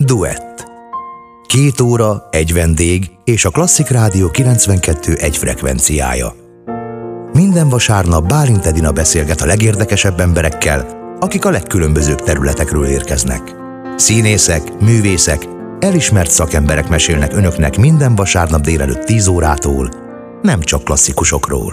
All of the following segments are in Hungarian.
Duett. 2 óra, egy vendég és a Klasszik Rádió 92,1 frekvenciája. Minden vasárnap Bálint Edina beszélget a legérdekesebb emberekkel, akik a legkülönbözőbb területekről érkeznek. Színészek, művészek, elismert szakemberek mesélnek önöknek minden vasárnap délelőtt 10 órától, nem csak klasszikusokról.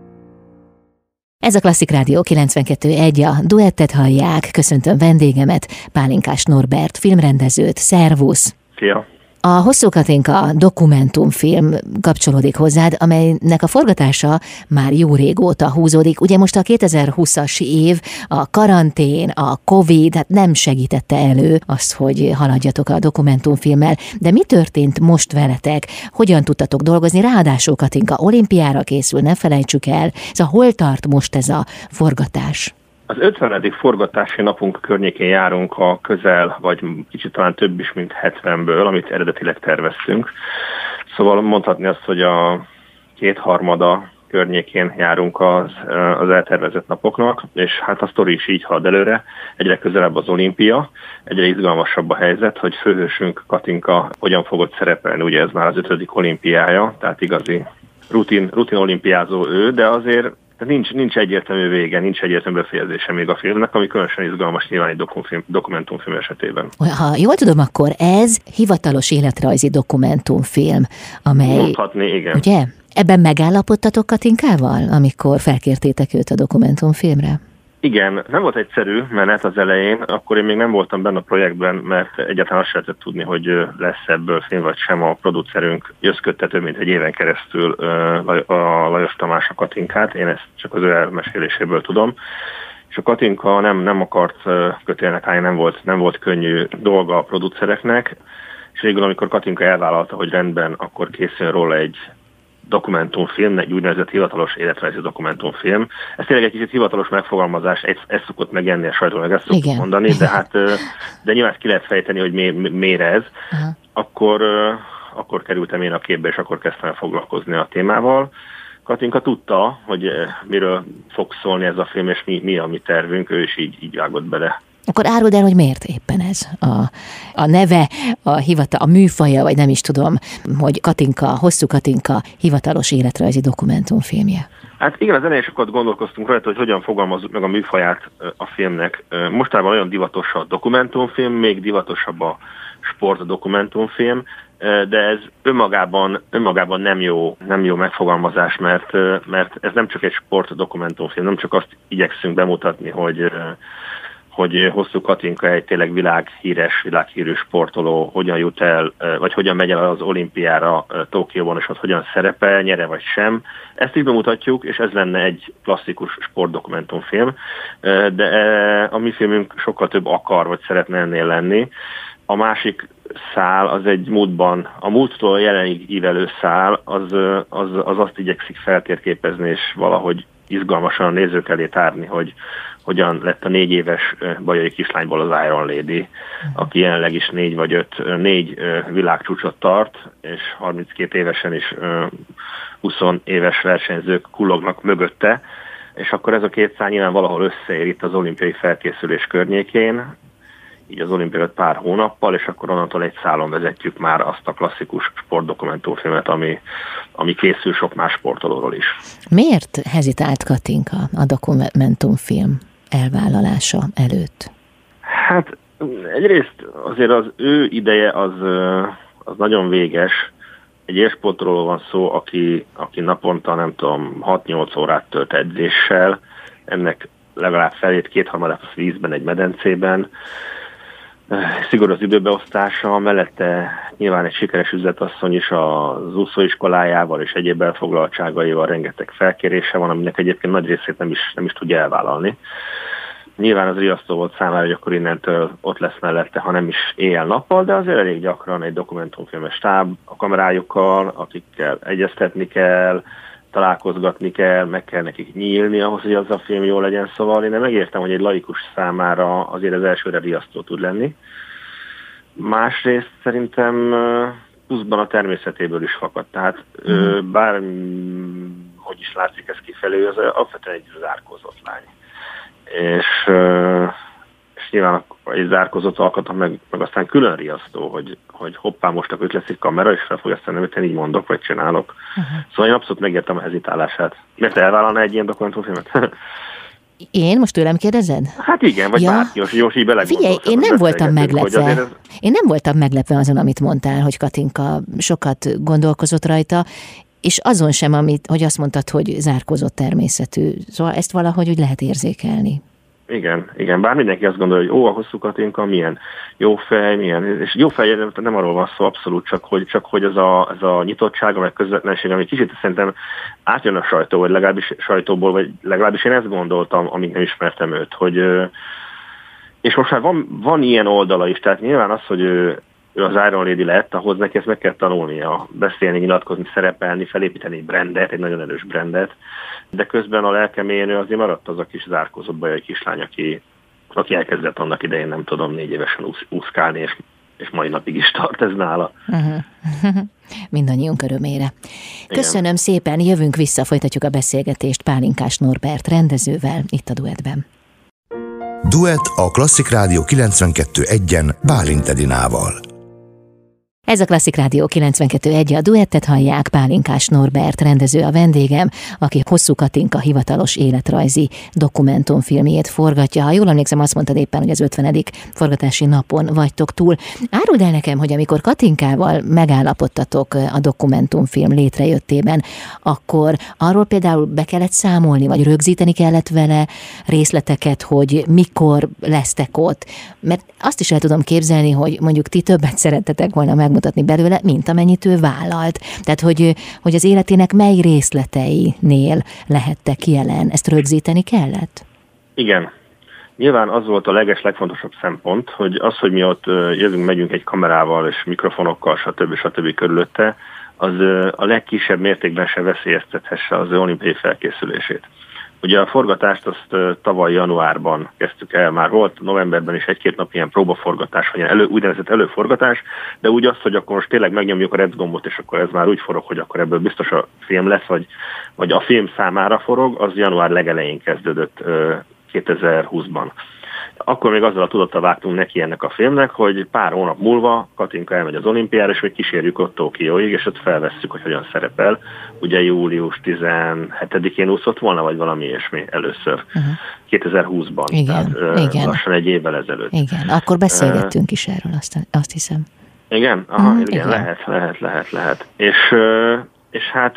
Ez a Klasszik Rádió 92,1, a Duettet hallják. Köszöntöm vendégemet, Pálinkás Norbert, filmrendezőt. Szervusz! Szia! A Hosszú Katinka dokumentumfilm kapcsolódik hozzád, amelynek a forgatása már jó régóta húzódik. Ugye most a 2020-as év, a karantén, a Covid, hát nem segítette elő azt, hogy haladjatok a dokumentumfilmmel. De mi történt most veletek? Hogyan tudtatok dolgozni? Ráadásul Katinka olimpiára készül, ne felejtsük el. Szóval hol tart most ez a forgatás? Az 50. forgatási napunk környékén járunk a közel, vagy kicsit talán több is, mint 70-ből, amit eredetileg terveztünk. Szóval mondhatni azt, hogy a 2/3 környékén járunk az eltervezett napoknak, és hát a sztori is így halad előre. Egyre közelebb az olimpia, egyre izgalmasabb a helyzet, hogy főhősünk Katinka hogyan fogott szerepelni, ugye ez már az 5. olimpiája, tehát igazi rutin olimpiázó ő, de azért nincs egyértelmű vége, nincs egyértelmű befejezése még a filmnek, ami különösen izgalmas nyilván egy dokumentumfilm esetében. Ha jól tudom, akkor ez hivatalos életrajzi dokumentumfilm, amely... Mondhatni, igen. Ugye? Ebben megállapodtatok Katinkával, amikor felkértétek őt a dokumentumfilmre? Igen, nem volt egyszerű menet az elején, akkor én még nem voltam benne a projektben, mert egyáltalán azt sem lehetett tudni, hogy lesz ebből film vagy sem. A producerünk győzködtető, mint egy éven keresztül a Lajos Tamás a Katinkát, én ezt csak az ő elmeséléséből tudom. És a Katinka nem akart kötélnek állni, nem volt könnyű dolga a producereknek, és végül amikor Katinka elvállalta, hogy rendben, akkor készül róla egy dokumentumfilm, egy úgynevezett hivatalos életrajzi dokumentumfilm. Ez tényleg egy kicsit hivatalos megfogalmazás, ez szokott megenni a sajtó, meg ezt szokott mondani, de nyilván ki lehet fejteni, hogy miért ez. Akkor kerültem én a képbe, és akkor kezdtem el foglalkozni a témával. Katinka tudta, hogy miről fog szólni ez a film, és mi a mi tervünk, ő is így vágott bele. Akkor áruld el, hogy miért éppen ez a neve, a műfaja, vagy nem is tudom, hogy Katinka, Hosszú Katinka hivatalos életrajzi dokumentumfilmje. Hát igen, az elején sokat gondolkoztunk rajta, hogy hogyan fogalmazzuk meg a műfaját a filmnek. Mostában olyan divatos a dokumentumfilm, még divatosabb a sportdokumentumfilm, de ez önmagában nem jó megfogalmazás, mert ez nem csak egy sportdokumentumfilm, nem csak azt igyekszünk bemutatni, hogy Hosszú Katinka egy tényleg világhírű sportoló, hogyan jut el, vagy hogyan megy el az olimpiára Tokióban, és ott hogyan szerepel, nyere vagy sem. Ezt is bemutatjuk, és ez lenne egy klasszikus sportdokumentumfilm, de a mi filmünk sokkal több akar, vagy szeretne ennél lenni. A másik szál az egy a múlttól jelenig ívelő szál, az azt igyekszik feltérképezni, és valahogy izgalmasan a nézők elé tárni, hogy hogyan lett a 4 éves bajai kislányból az Iron Lady, aki jelenleg is 4 világcsúcsot tart, és 32 évesen is 20 éves versenyzők kullognak mögötte, és akkor ez a két szál nyilván valahol összeér itt az olimpiai felkészülés környékén, így az olimpiai pár hónappal, és akkor onnantól egy szálon vezetjük már azt a klasszikus sportdokumentumfilmet, ami készül sok más sportolóról is. Miért hezitált Katinka a dokumentumfilm elvállalása előtt? Hát egyrészt azért az ő ideje az nagyon véges. Egy élsportolóról van szó, aki naponta, nem tudom, 6-8 órát tölt edzéssel, ennek legalább felét 2/3 az vízben, egy medencében. Szigorú az időbeosztása, mellette nyilván egy sikeres üzletasszony is az úszóiskolájával és egyéb elfoglaltságaival rengeteg felkérése van, aminek egyébként nagy részét nem is tudja elvállalni. Nyilván az riasztó volt számára, hogy akkor innentől ott lesz mellette, ha nem is éjjel-nappal, de azért elég gyakran egy dokumentumfilmes stáb a kamerájukkal, akikkel egyeztetni kell, találkozgatni kell, meg kell nekik nyílni ahhoz, hogy az a film jó legyen, szóval én megértem, hogy egy laikus számára azért az elsőre riasztó tud lenni. Másrészt szerintem pluszban a természetéből is fakad, tehát hogy is látszik ez kifelé, az alapvetően egy zárkózott lány. És és nyilván egy zárkózott alkata, meg aztán külön riasztó, hogy hoppá, most akkor itt lesz egy kamera, és fel fogja aztán nem, így mondok, vagy csinálok. Szóval én abszolút megértem a hezitálását. Miért elvállalna egy ilyen dokumentumfilmet? Én? Most tőlem kérdezed? Hát igen, vagy bárki, Józsi, belegondolsz. Figyelj, én nem voltam meglepve. Én nem voltam meglepve azon, amit mondtál, hogy Katinka sokat gondolkozott rajta, és azon sem, hogy azt mondtad, hogy zárkózott természetű. Szóval ezt valahogy úgy lehet érzékelni. Igen, bár mindenki azt gondolja, hogy a hosszú Katinka, milyen jó fej, és jó fej nem arról van szó abszolút, csak hogy ez a nyitottsága, meg közvetlenség, ami kicsit szerintem átjön a sajtó, vagy legalábbis sajtóból, vagy legalábbis én ezt gondoltam, amíg nem ismertem őt, hogy és most már van ilyen oldala is, tehát nyilván az, hogy ő az Iron Lady lett, ahhoz neki ezt meg kell tanulnia, beszélni, nyilatkozni, szerepelni, felépíteni egy brandet, egy nagyon erős brandet, de közben a lelkemélyén ő azért maradt az a kis zárkózott bajai kislány, aki elkezdett annak idején, nem tudom, 4 évesen úszkálni, és mai napig is tart ez nála. Mindannyiunk örömére. Köszönöm szépen, jövünk vissza, folytatjuk a beszélgetést Pálinkás Norbert rendezővel itt a Duettben. Duett a Klasszik Rádió 92.1-en Bálint Edinával. Ez a Klasszik Rádió 92.1, a Duettet hallják, Pálinkás Norbert rendező a vendégem, aki Hosszú Katinka hivatalos életrajzi dokumentumfilmjét forgatja. Ha jól emlékszem, azt mondtad éppen, hogy az 50. forgatási napon vagytok túl. Áruld el nekem, hogy amikor Katinkával megállapodtatok a dokumentumfilm létrejöttében, akkor arról például be kellett számolni, vagy rögzíteni kellett vele részleteket, hogy mikor lesztek ott. Mert azt is el tudom képzelni, hogy mondjuk ti többet szerettetek volna megmutatni belőle, mint amennyit ő vállalt. Tehát, hogy az életének mely részleteinél lehettek jelen, ezt rögzíteni kellett? Igen. Nyilván az volt a legfontosabb szempont, hogy az, hogy mi ott jövünk, megyünk egy kamerával és mikrofonokkal, stb. Körülötte, az a legkisebb mértékben se veszélyeztethesse az olimpiai felkészülését. Ugye a forgatást azt tavaly januárban kezdtük el, már volt novemberben is 1-2 nap ilyen próbaforgatás, vagy ilyen úgynevezett előforgatás, de úgy azt, hogy akkor most tényleg megnyomjuk a rec gombot, és akkor ez már úgy forog, hogy akkor ebből biztos a film lesz, vagy a film számára forog, az január legelején kezdődött 2020-ban. Akkor még azzal a tudattal vágtunk neki ennek a filmnek, hogy pár hónap múlva Katinka elmegy az olimpiára, és hogy kísérjük ott Tokióig, és ott felvesszük, hogy hogyan szerepel. Ugye július 17-én úszott volna, vagy valami ilyesmi először. 2020-ban. Igen, tehát igen. Lassan egy évvel ezelőtt. Igen, akkor beszélgettünk is erről, azt hiszem. Igen? Aha, igen. Lehet. És hát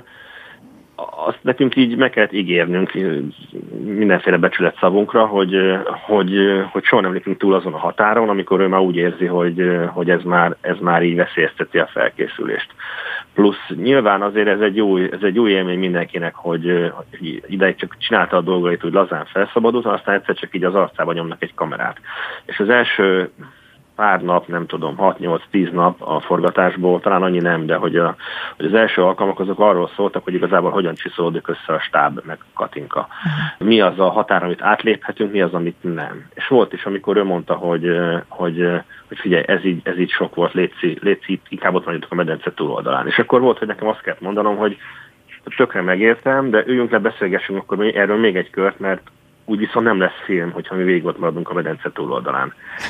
azt nekünk így meg kellett ígérnünk mindenféle becsület szavunkra, hogy soha nem lépünk túl azon a határon, amikor ő már úgy érzi, hogy ez már így veszélyezteti a felkészülést. Plusz nyilván azért ez egy új élmény mindenkinek, hogy ideig csak csinálta a dolgait, úgy lazán felszabadult, aztán egyszer csak így az arcába nyomnak egy kamerát. És az első pár nap, nem tudom, 6-8-10 nap a forgatásból, talán annyi nem, de hogy az első alkalmak azok arról szóltak, hogy igazából hogyan csiszolódik össze a stáb, meg Katinka. Mi az a határ, amit átléphetünk, mi az, amit nem. És volt is, amikor ő mondta, hogy figyelj, ez így sok volt, létszik, inkább ott maradjatok a medence túloldalán. És akkor volt, hogy nekem azt kellett mondanom, hogy tökre megértem, de üljünk le, beszélgessünk akkor erről még egy kört, mert úgy viszont nem lesz film, hogyha mi végig ott maradunk a medence túloldalán.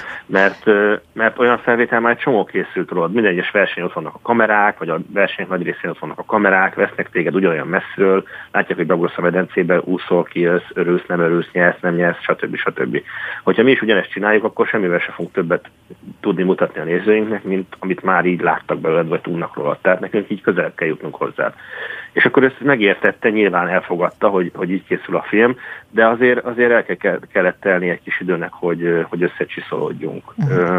Mert olyan felvétel már egy csomó készült rólad. Minden egyes versenyen ott vannak a kamerák, vagy a versenyek nagy részén ott vannak a kamerák, vesznek téged ugyanolyan messziről, látják, hogy beugrsz a medencébe, úszol, kijössz, örülsz, nem örülsz, nyersz, nem nyersz, stb. Hogyha mi is ugyanezt csináljuk, akkor semmivel se fogunk többet tudni mutatni a nézőinknek, mint amit már így láttak belőled, vagy tudnak róla. Tehát nekünk így közel kell jutnunk hozzá. És akkor ezt megértette, nyilván elfogadta, hogy így készül a film, de azért el kellett telni egy kis időnek, hogy összecsiszolódjunk.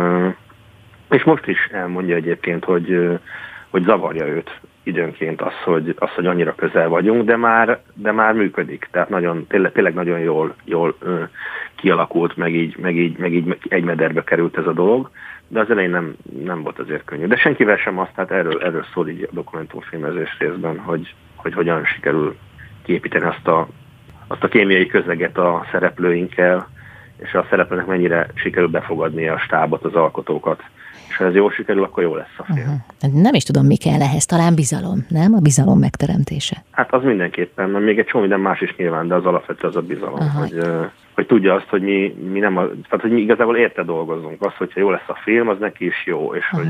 És most is elmondja egyébként, hogy zavarja őt időnként az, hogy annyira közel vagyunk, de már működik. Tehát tényleg nagyon jól kialakult, meg így egy mederbe került ez a dolog, de az elején nem volt azért könnyű. De senkivel sem azt, tehát erről szól így a dokumentumfilmezés részben, hogy hogyan sikerül kiépíteni azt a kémiai közleget a szereplőinkkel, és a szereplőnek mennyire sikerül befogadni a stábot, az alkotókat. És ha ez jól sikerül, akkor jó lesz a film. Nem is tudom, mi kell ehhez. Talán bizalom, nem? A bizalom megteremtése. Hát az mindenképpen, mert még egy csomó minden más is nyilván, de az alapvető az a bizalom, hogy tudja azt, hogy mi nem, tehát hogy mi igazából érte dolgozunk. Az, hogyha jó lesz a film, az neki is jó,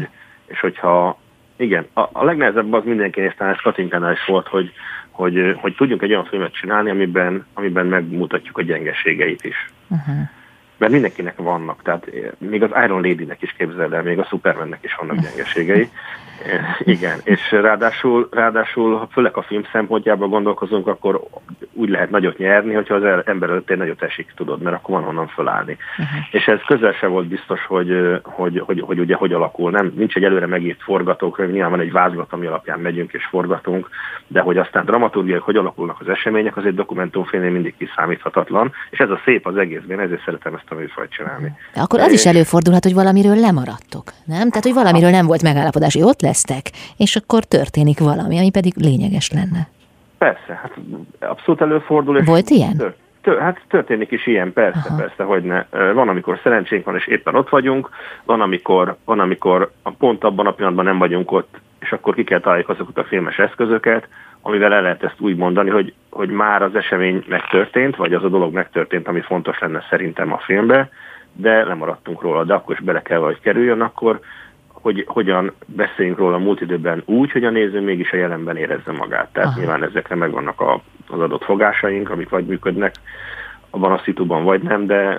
és hogyha igen, a legnehezebb az mindenkinek, és talán ez Katinkánál is volt, hogy tudjunk egy olyan filmet csinálni, amiben megmutatjuk a gyengeségeit is. Mert mindenkinek vannak, tehát még az Iron Lady-nek is képzeld el, még a Supermannek is vannak gyengeségei. Igen, és ráadásul főleg a film szempontjában gondolkozunk, akkor úgy lehet nagyot nyerni, hogyha az ember előtt egy nagyot esik, tudod, mert akkor van honnan fölállni. És ez közel se volt biztos, hogy ugye hogy alakul. Nincs egy előre megírt forgatókönyv, nyilván van egy vázlat, ami alapján megyünk és forgatunk, de hogy aztán dramaturgiai, hogy alakulnak az események, az egy dokumentumfilmnél mindig kiszámíthatatlan, és ez a szép az egészben, ezért szeretem ezt a műfajt csinálni. De akkor az is előfordulhat, hogy valamiről lemaradtok, nem? Tehát, hogy valamiről nem volt megállapodás, hogy ott lesztek, és akkor történik valami, ami pedig lényeges lenne. Persze, hát abszolút előfordul. Volt ilyen? Hát történik is ilyen, persze, hogyne. Van, amikor szerencsénk van, és éppen ott vagyunk, van, amikor pont abban a pillanatban nem vagyunk ott, és akkor ki kell találjuk azokat a filmes eszközöket, amivel el lehet ezt úgy mondani, hogy már az esemény megtörtént, vagy az a dolog megtörtént, ami fontos lenne szerintem a filmbe, de lemaradtunk róla, de akkor is bele kell, hogy kerüljön, akkor hogy hogyan beszéljünk róla a múlt időben úgy, hogy a néző mégis a jelenben érezze magát. Tehát nyilván ezekre megvannak az adott fogásaink, amik vagy működnek abban a szituban, vagy nem, de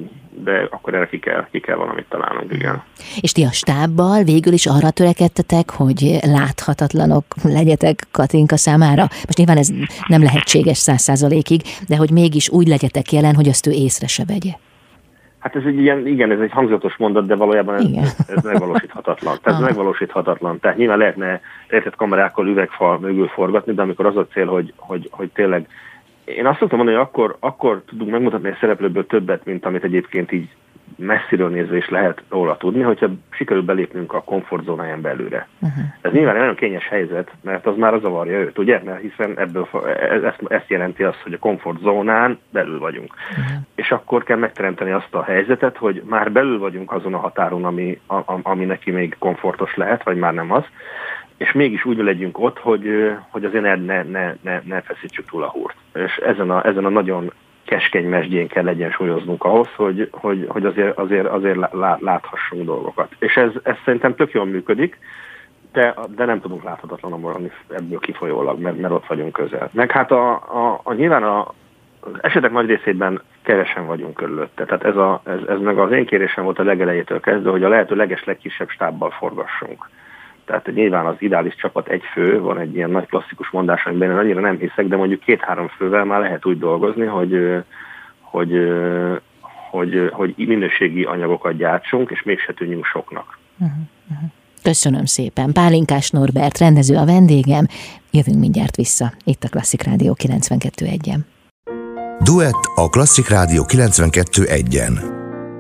akkor erre ki kell valamit találnunk, igen. És ti a stábbal végül is arra törekedtetek, hogy láthatatlanok legyetek Katinka számára? Most nyilván ez nem lehetséges 100%-ig, de hogy mégis úgy legyetek jelen, hogy azt ő észre se vegye. Hát ez egy ez egy hangzatos mondat, de valójában ez megvalósíthatatlan. Tehát ez megvalósíthatatlan. Tehát nyilván lehetett kamerákkal üvegfal mögül forgatni, de amikor az a cél, hogy tényleg... Én azt szoktam mondani, hogy akkor tudunk megmutatni egy szereplőből többet, mint amit egyébként így messziről nézve is lehet róla tudni, hogyha sikerül belépnünk a komfortzónáján belőle. Ez nyilván egy nagyon kényes helyzet, mert az már zavarja őt, ugye? Mert hiszen ebből ezt jelenti azt, hogy a komfortzónán belül vagyunk. És akkor kell megteremteni azt a helyzetet, hogy már belül vagyunk azon a határon, ami neki még komfortos lehet, vagy már nem az, és mégis úgy legyünk ott, hogy azért ne feszítsük túl a húrt. És ezen a nagyon keskeny mesdjén kell egyensúlyoznunk ahhoz, hogy azért láthassunk dolgokat. És ez szerintem tök jól működik, de nem tudunk láthatatlanul maradni ebből kifolyólag, mert ott vagyunk közel. Meg hát nyilván az esetek nagy részében kevesen vagyunk körülötte. Tehát ez meg az én kérésem volt a legelejétől kezdve, hogy a lehető legkisebb stábbal forgassunk. Tehát nyilván az ideális csapat egy fő, van egy ilyen nagy klasszikus mondás, amiben én annyira nem hiszek, de mondjuk 2-3 fővel már lehet úgy dolgozni, hogy minőségi anyagokat gyártsunk, és mégse tűnjünk soknak. Köszönöm szépen. Pálinkás Norbert rendező a vendégem. Jövünk mindjárt vissza. Itt a Klasszik Rádió 92.1-en. Duett a Klasszik Rádió 92.1-en.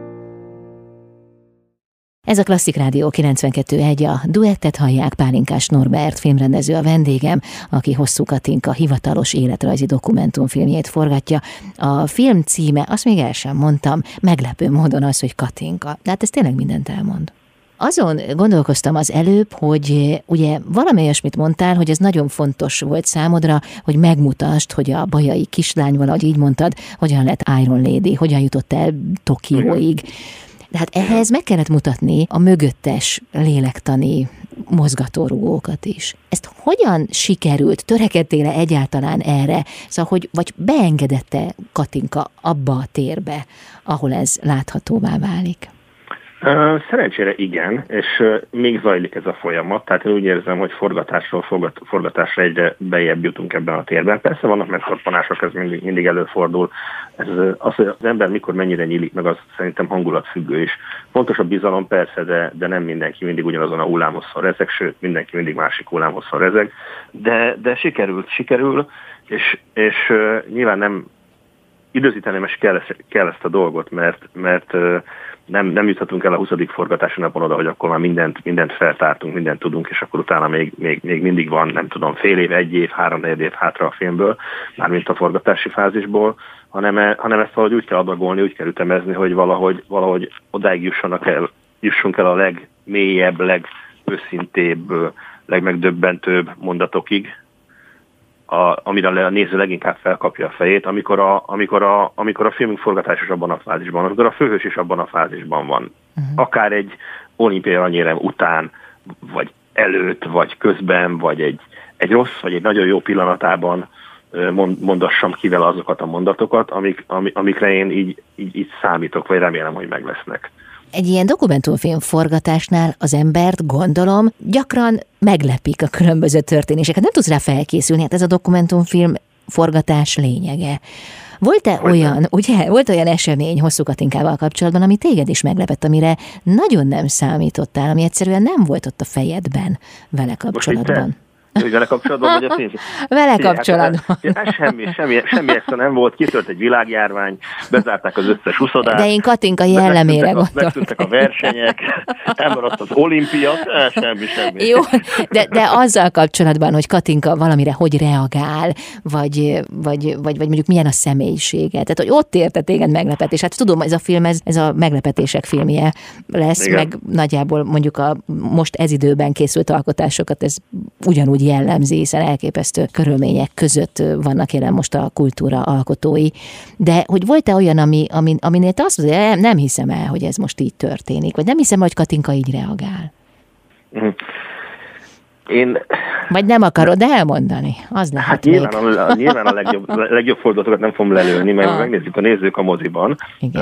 Ez a Klasszik Rádió 92.1, a duettet hallják, Pálinkás Norbert filmrendező a vendégem, aki Hosszú Katinka hivatalos életrajzi dokumentumfilmjét forgatja. A film címe, azt még el sem mondtam, meglepő módon az, hogy Katinka. De hát ez tényleg mindent elmond. Azon gondolkoztam az előbb, hogy ugye valami olyasmit mondtál, hogy ez nagyon fontos volt számodra, hogy megmutasd, hogy a bajai kislány, valahogy így mondtad, hogyan lett Iron Lady, hogyan jutott el Tokióig. De hát ehhez meg kellett mutatni a mögöttes lélektani mozgatórugókat is. Ezt hogyan sikerült? Törekedtél-e egyáltalán erre? Szóval, hogy vagy beengedette Katinka abba a térbe, ahol ez láthatóvá válik? Szerencsére igen, és még zajlik ez a folyamat, tehát én úgy érzem, hogy forgatásról forgatásra egyre bejebb jutunk ebben a térben. Persze vannak megszorpanások, ez mindig előfordul. Az, hogy az ember mikor mennyire nyílik meg, az szerintem hangulatfüggő is. Fontos a bizalom persze, de nem mindenki mindig ugyanazon a hullámhosszon rezeg, sőt mindenki mindig másik hullámhosszon rezeg, de sikerül, és nyilván nem időzíteném, és kell ezt a dolgot, mert nem juthatunk el a 20. forgatási napon oda, hogy akkor már mindent feltártunk, mindent tudunk, és akkor utána még mindig van, nem tudom, fél év, 1 év, 3-4 év hátra a filmből, mármint a forgatási fázisból, hanem ezt valahogy úgy kell adagolni, úgy kell ütemezni, hogy valahogy odáig jussunk el a legmélyebb, legőszintébb, legmegdöbbentőbb mondatokig, amire a néző leginkább felkapja a fejét, amikor a filmünk forgatás is abban a fázisban, amikor a főhős is abban a fázisban van. Akár egy olimpiai aranyérem után, vagy előtt, vagy közben, vagy egy rossz, vagy egy nagyon jó pillanatában mondassam ki vele azokat a mondatokat, amikre én így számítok, vagy remélem, hogy meg lesznek. Egy ilyen dokumentumfilm forgatásnál az embert, gondolom, gyakran meglepik a különböző történéseket. Nem tudsz rá felkészülni, hát ez a dokumentumfilm forgatás lényege. Volt-e volt olyan esemény Hosszú Katinkával kapcsolatban, ami téged is meglepett, amire nagyon nem számítottál, ami egyszerűen nem volt ott a fejedben vele kapcsolatban? Vele kapcsolatban, vagy a film? Vele kapcsolatban. Hát semmi extra nem volt, kitört egy világjárvány, bezárták az összes uszodát. De én Katinka jellemére gondolom. Megszűntek a versenyek, elmaradt az olimpia, semmi. Jó, de azzal kapcsolatban, hogy Katinka valamire hogy reagál, vagy mondjuk milyen a személyisége. Tehát, hogy ott érte téged meglepetés. Hát tudom, ez a film, ez a meglepetések filmje lesz, igen. Meg nagyjából mondjuk a most ez időben készült alkotásokat, ez ugyanúgy jellemzi, hiszen elképesztő körülmények között vannak jelen most a kultúra alkotói. De hogy volt-e olyan, aminél te azt mondod, hogy nem hiszem el, hogy ez most így történik, vagy nem hiszem el, hogy Katinka így reagál? Vagy nem akarod elmondani? Az lehet hát nyilván a legjobb fordulatokat nem fogom lelőni, mert megnézzük a nézők a moziban.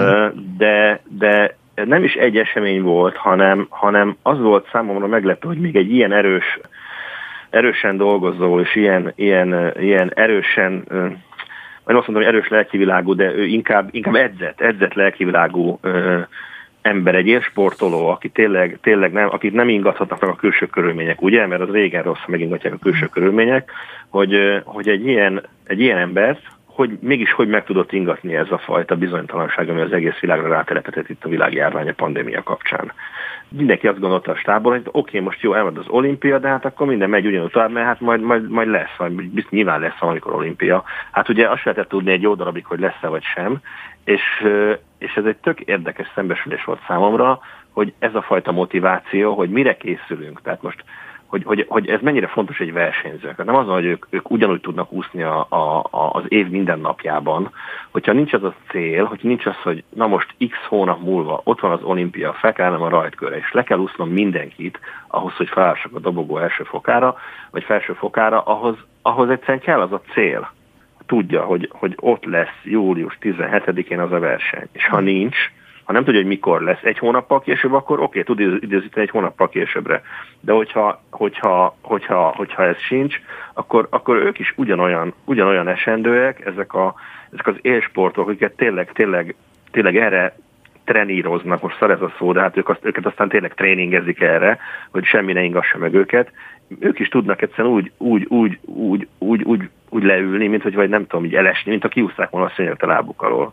De nem is egy esemény volt, hanem az volt számomra meglepő, hogy még egy ilyen erősen dolgozó, és ilyen erősen, vagy azt mondom, hogy erős lelkivilágú, de ő inkább edzett lelkivilágú ember, egy élsportoló, aki tényleg nem, akit nem ingathatnak meg a külső körülmények, ugye? Mert az régen rossz, megingatják a külső körülmények, hogy egy ilyen embert, hogy mégis hogy meg tudott ingatni ez a fajta bizonytalanság, ami az egész világra rátelepedett itt a világjárvány, a pandémia kapcsán. Mindenki azt gondolta a stábban, hogy oké, most jó, elmarad az olimpia, de hát akkor minden megy ugyanúgy tovább, mert hát majd lesz, vagy nyilván lesz valamikor olimpia. Hát ugye azt lehetett tudni egy jó darabig, hogy lesz-e vagy sem, és ez egy tök érdekes szembesülés volt számomra, hogy ez a fajta motiváció, hogy mire készülünk, tehát most hogy ez mennyire fontos egy versenyzők. Nem az, hogy ők ugyanúgy tudnak úszni az év minden napjában, hogyha nincs az a cél, hogy nincs az, hogy na most x hónap múlva ott van az olimpia, fel kell állnom a rajtkörre, és le kell úsznom mindenkit ahhoz, hogy felássak a dobogó első fokára, vagy felső fokára, ahhoz egyszerűen kell az a cél. Tudja, hogy ott lesz július 17-én az a verseny. És ha nincs, ha nem tudja, hogy mikor lesz egy hónappal később, akkor oké, tud időzíteni egy hónappal későbbre. De hogyha ez sincs, akkor ők is ugyanolyan esendőek, ezek az élsportok, akiket tényleg erre treníroznak, most szar ez a szó, de hát őket aztán tényleg tréningezik erre, hogy semmi ne ingassa meg őket. Ők is tudnak egyszerűen úgy leülni, mint hogy vagy nem tudom, így elesni, mint ha kiúszták volna a szőnyeget a lábuk alól.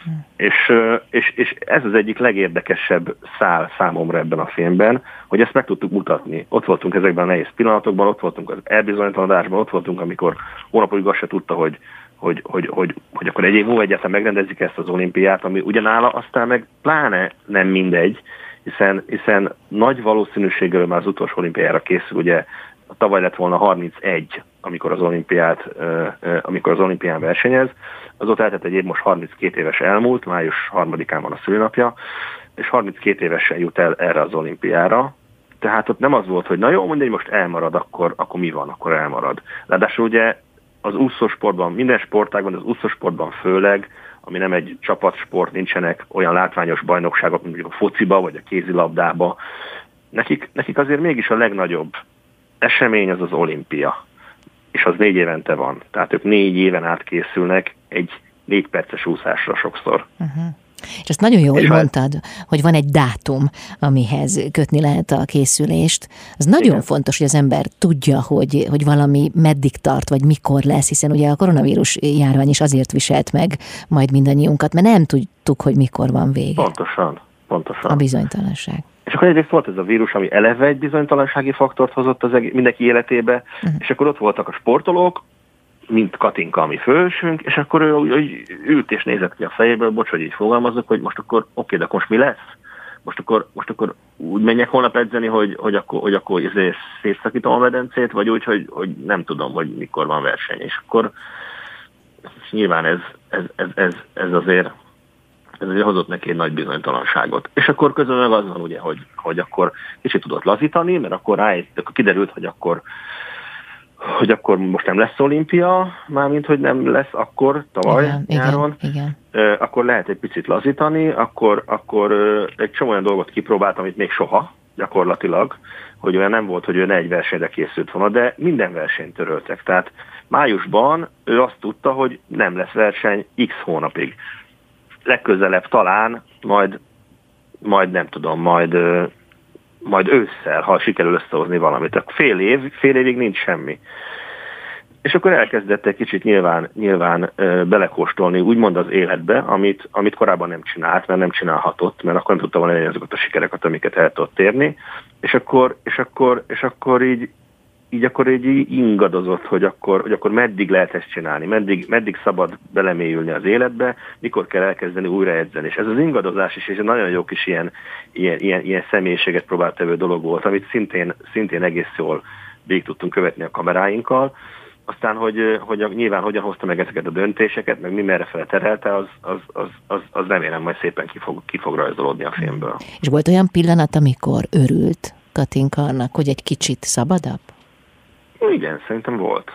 És ez az egyik legérdekesebb szál számomra ebben a filmben, hogy ezt meg tudtuk mutatni. Ott voltunk ezekben a nehéz pillanatokban, ott voltunk az elbizonytalanodásban, ott voltunk, amikor hónapig azt se tudta, hogy akkor egy év múlva egyáltalán megrendezik ezt az olimpiát, ami ugyanála aztán meg pláne nem mindegy, hiszen nagy valószínűséggel már az utolsó olimpiára készül, ugye tavaly lett volna 31, amikor az olimpián versenyez, azóta eltett egy év, most 32 éves elmúlt, május 3-án van a szülinapja, és 32 évesen jut el erre az olimpiára, tehát ott nem az volt, hogy na jó, mindegy, most elmarad, akkor mi van, akkor elmarad. Ráadásul ugye az úszósportban, minden sportágban, az úszósportban főleg, ami nem egy csapatsport, nincsenek olyan látványos bajnokságok, mint mondjuk a fociba, vagy a kézilabdába. Nekik azért mégis a legnagyobb esemény az olimpia, és az 4 évente van. Tehát ők 4 éven át készülnek egy 4 perces úszásra sokszor. Uh-huh. És azt nagyon jól mondtad, hogy van egy dátum, amihez kötni lehet a készülést. Az nagyon fontos, hogy az ember tudja, hogy valami meddig tart, vagy mikor lesz, hiszen ugye a koronavírus járvány is azért viselt meg majd mindannyiunkat, mert nem tudtuk, hogy mikor van vége. Pontosan. A bizonytalanság. És akkor egyrészt volt ez a vírus, ami eleve egy bizonytalansági faktort hozott mindenki életébe, és akkor ott voltak a sportolók, mint Katinka, ami főhősünk, és akkor ő ült és nézett ki a fejéből, bocs, hogy így fogalmazok, hogy most akkor oké, de most mi lesz? most akkor úgy menjek holnap edzeni, hogy akkor szétszakítom a medencét, vagy úgy, hogy nem tudom, hogy mikor van verseny. És akkor nyilván ez azért hozott neki egy nagy bizonytalanságot. És akkor közben meg az van ugye, hogy akkor kicsit tudott lazítani, mert akkor kiderült, hogy akkor most nem lesz olimpia, mármint, hogy nem lesz akkor tavaly nyáron. Igen. Akkor lehet egy picit lazítani, akkor egy csomó olyan dolgot kipróbált, amit még soha gyakorlatilag, hogy olyan nem volt, hogy ő ne egy versenyre készült volna, de minden versenyt töröltek. Tehát májusban ő azt tudta, hogy nem lesz verseny x hónapig. Legközelebb talán, majd nem tudom, majd ősszel, ha sikerül összehozni valamit. Fél évig nincs semmi. És akkor elkezdett egy kicsit nyilván belekóstolni, úgymond az életbe, amit korábban nem csinált, mert nem csinálhatott, mert akkor nem tudta volna elérni azokat a sikereket, amiket el tudott érni. És akkor így ingadozott, hogy akkor meddig lehet ezt csinálni, meddig szabad belemélyülni az életbe, mikor kell elkezdeni újra edzeni. És ez az ingadozás is egy nagyon jó kis ilyen személyiséget próbált tevő dolog volt, amit szintén egész jól végig tudtunk követni a kameráinkkal. Aztán, hogy nyilván hogyan hozta meg ezeket a döntéseket, meg mi merre fele terelte, az remélem majd szépen ki fog rajzolódni a filmből. És volt olyan pillanat, amikor örült Katinka annak, hogy egy kicsit szabadabb? Igen, szerintem volt.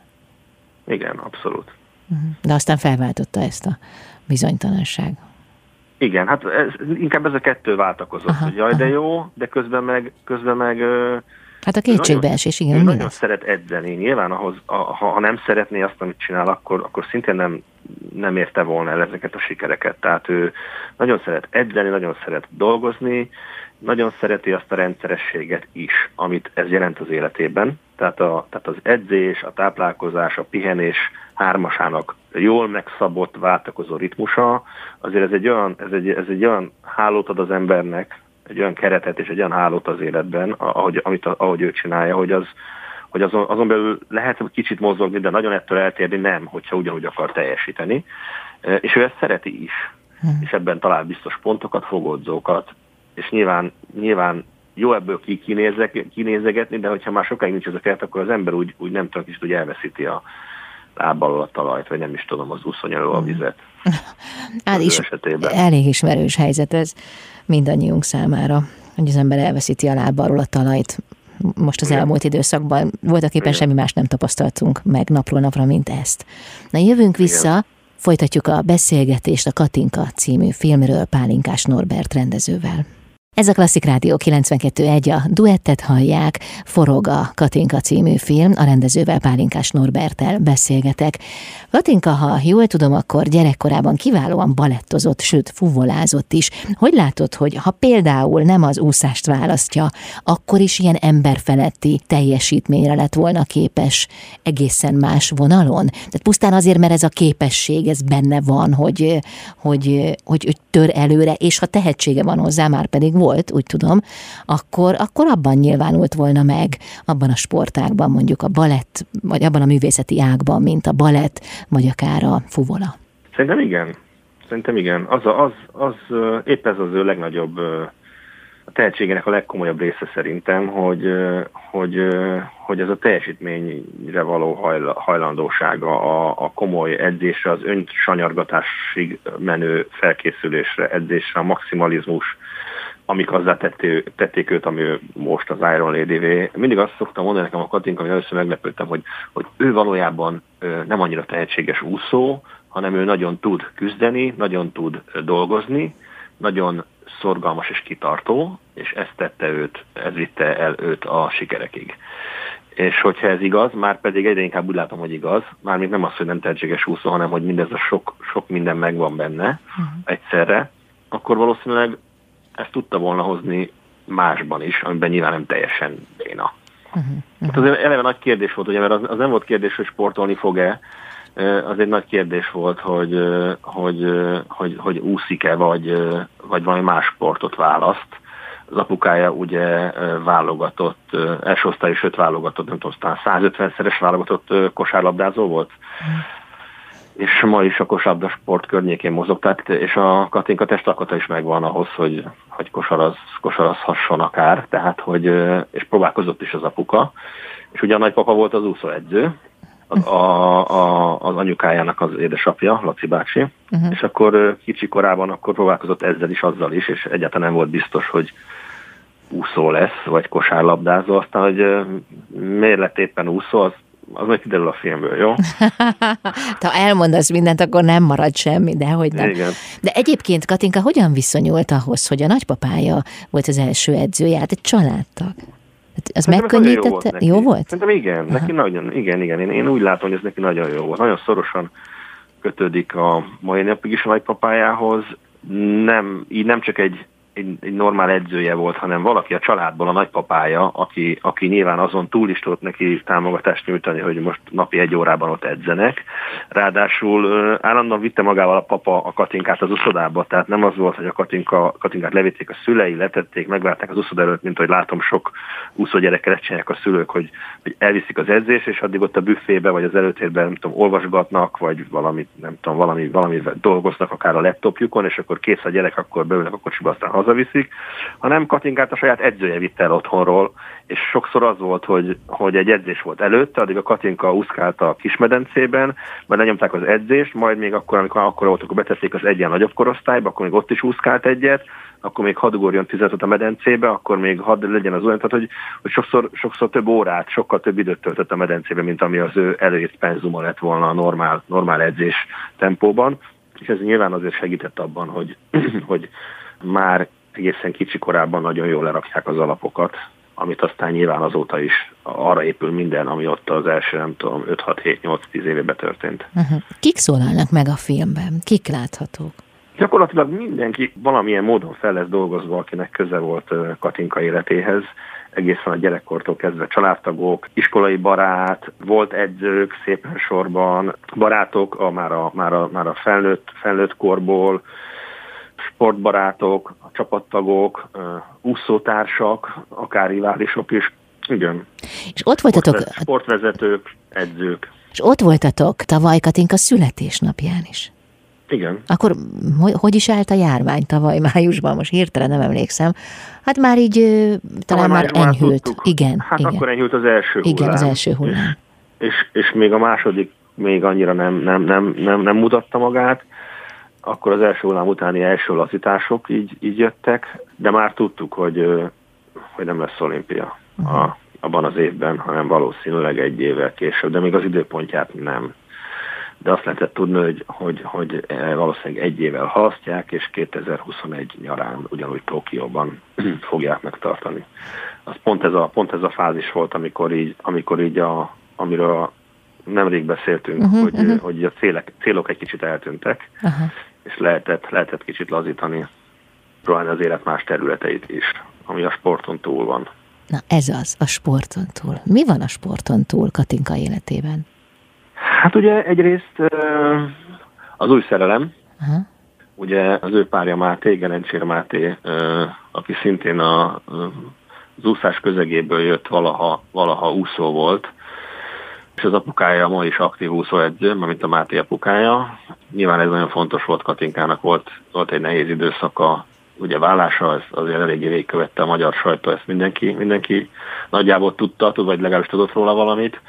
Igen, abszolút. De aztán felváltotta ezt a bizonytalanság. Igen, hát inkább ez a kettő váltakozott, hogy jaj, de jó, de közben meg hát a kétségbeesés, igen. Nagyon szeret edzeni. Nyilván ha nem szeretné azt, amit csinál, akkor szintén nem érte volna el ezeket a sikereket. Tehát ő nagyon szeret edzeni, nagyon szeret dolgozni, nagyon szereti azt a rendszerességet is, amit ez jelent az életében. Tehát az edzés, a táplálkozás, a pihenés hármasának jól megszabott, váltakozó ritmusa, azért ez egy olyan hálót ad az embernek, egy olyan keretet és egy olyan hálót az életben, ahogy ő csinálja, hogy azon belül lehet kicsit mozogni, de nagyon ettől eltérni nem, hogyha ugyanúgy akar teljesíteni. És ő ezt szereti is. És ebben talál biztos pontokat, fogódzókat, és nyilván jó ebből kinézegetni, de hogyha már sokáig nincs ez a keret, akkor az ember úgy nem tudom, kicsit úgy elveszíti a lábbal a talajt, vagy nem is tudom, az úszony elő a vizet. Hát is elég ismerős helyzet ez mindannyiunk számára, hogy az ember elveszíti a lábbal a talajt. Most az elmúlt időszakban voltaképpen semmi más nem tapasztaltunk meg napról napra, mint ezt. Na jövünk vissza, folytatjuk a beszélgetést a Katinka című filmről Pálinkás Norbert rendezővel. Ez a Klasszik Rádió 92.1, a duettet hallják, forog a Katinka című film, a rendezővel, Pálinkás Norberttel beszélgetek. Katinka, ha jól tudom, akkor gyerekkorában kiválóan balettozott, sőt fuvolázott is. Hogy látod, hogy ha például nem az úszást választja, akkor is ilyen emberfeletti teljesítményre lett volna képes egészen más vonalon? Tehát pusztán azért, mert ez a képesség, ez benne van, hogy tör előre, és ha tehetsége van hozzá, már pedig volt, úgy tudom, akkor abban nyilvánult volna meg, abban a sportágban, mondjuk a balett, vagy abban a művészeti ágban, mint a balett, vagy akár a fuvola. Szerintem igen. Az épp ez az ő legnagyobb, a tehetségének a legkomolyabb része szerintem, hogy ez a teljesítményre való hajlandósága, a komoly edzésre, az önsanyargatásig menő felkészülésre, edzésre, a maximalizmus, amik azzá tették őt, ami most az Iron Lady-vé. Mindig azt szoktam mondani nekem a Katinka, hogy először meglepődtem, hogy ő valójában nem annyira tehetséges úszó, hanem ő nagyon tud küzdeni, nagyon tud dolgozni, nagyon szorgalmas és kitartó, és ez vitte el őt a sikerekig. És hogyha ez igaz, már pedig egyre inkább úgy látom, hogy igaz, mármint nem az, hogy nem tehetséges úszó, hanem hogy mindez a sok minden megvan benne egyszerre, akkor valószínűleg ezt tudta volna hozni másban is, amiben nyilván nem teljesen béna. Hát az eleve nagy kérdés volt, ugye, mert az nem volt kérdés, hogy sportolni fog-e, az egy nagy kérdés volt, hogy úszik-e, vagy valami más sportot választ. Az apukája ugye válogatott, első osztályú, sőt válogatott, nem tudom, aztán 150-szeres válogatott kosárlabdázó volt. és ma is a kosárlabda sport környékén mozog, tehát, és a Katinka testalkata is megvan ahhoz, hogy kosarazhasson akár, tehát, hogy, és próbálkozott is az apuka, és ugye a nagypapa volt az úszóedző, az anyukájának az édesapja, Laci bácsi, és akkor kicsi korában akkor próbálkozott ezzel is, azzal is, és egyáltalán nem volt biztos, hogy úszó lesz, vagy kosárlabdázó, aztán, hogy miért lett éppen úszó, az majd kiderül a filmből, jó? Ha elmondasz mindent, akkor nem marad semmi, de hogy nem. Igen. De egyébként Katinka hogyan viszonyult ahhoz, hogy a nagypapája volt az első edzője, hát egy családtag? Az megkönnyítette? Jó volt? Szerintem igen, neki nagyon, igen. Én úgy látom, hogy ez neki nagyon jó volt. Nagyon szorosan kötődik a mai napig is a nagypapájához. Így nem csak egy normál edzője volt, hanem valaki a családból, a nagypapája, aki nyilván azon túl is tudott neki támogatást nyújtani, hogy most napi 1 órában ott edzenek. Ráadásul állandóan vitte magával a papa a Katinkát az uszodába, tehát nem az volt, hogy a Katinkát levitték a szülei, letették, megvárták az uszoda előtt, mint hogy látom sok úszó gyerekkel csinálják a szülők, hogy elviszik az edzést, és addig ott a büfébe vagy az előtérben, nem tudom, olvasgatnak, vagy valamit, nem tudom, valamivel dolgoznak akár a laptopjukon, és akkor kész a gyerek, akkor beülnek a kocsiba, aztán hazaviszik, hanem Katinkát a saját edzője vitte el otthonról, és sokszor az volt, hogy egy edzés volt előtte, addig a Katinka úszkált a kismedencében, majd lenyomták az edzést, majd még amikor volt, akkor betették az egyen nagyobb korosztályba, akkor még ott is úszkált egyet, akkor még hadd ugorjon 10 a medencébe, akkor még hadd legyen az olyan, tehát hogy sokszor több órát, sokkal több időt töltött a medencébe, mint ami az ő előírt penzuma lett volna a normál edzés tempóban, és ez nyilván azért segített abban, hogy már egészen kicsi korában nagyon jól lerakják az alapokat, amit aztán nyilván azóta is arra épül minden, ami ott az első, nem tudom, 5-6-7-8-10 évében történt. Kik szólalnak meg a filmben? Kik láthatók? Gyakorlatilag mindenki valamilyen módon fel lesz dolgozva, akinek köze volt Katinka életéhez, egészen a gyerekkortól kezdve családtagok, iskolai barát, volt edzők szépen sorban, barátok már a felnőtt korból, sportbarátok, a csapattagok, úszótársak, akár riválisok is. Igen. És ott voltatok... Sportvezetők, edzők. És ott voltatok tavaly Katinka születésnapján is. Igen. Akkor hogy is állt a járvány tavaly májusban? Most hirtelen nem emlékszem. Hát már így talán már enyhült. Igen. Hát akkor enyhült az első hullám. Igen, az első hullám. És még a második még annyira nem mutatta magát. Akkor az első hullám utáni első lazítások így jöttek, de már tudtuk, hogy nem lesz olimpia abban az évben, hanem valószínűleg 1 évvel később, de még az időpontját nem. De azt lehetett tudni, hogy valószínűleg 1 évvel halasztják, és 2021 nyarán ugyanúgy Tokióban fogják megtartani. Az pont ez a fázis volt, amikor így amiről nemrég beszéltünk, hogy a célok egy kicsit eltűntek, és lehetett kicsit lazítani, próbálni az élet más területeit is, ami a sporton túl van. Na ez az, a sporton túl. Mi van a sporton túl Katinka életében? Hát ugye egyrészt az új szerelem, ugye az ő párja Máté, Gerencsér Máté, aki szintén az úszás közegéből jött, valaha úszó volt, és az apukája ma is aktív úszóedző, mint a Máté apukája. Nyilván ez nagyon fontos volt Katinkának, volt egy nehéz időszaka, ugye vállása, ez azért eléggé végigkövette a magyar sajtó, ezt mindenki nagyjából tudta, vagy legalábbis tudott róla valamit.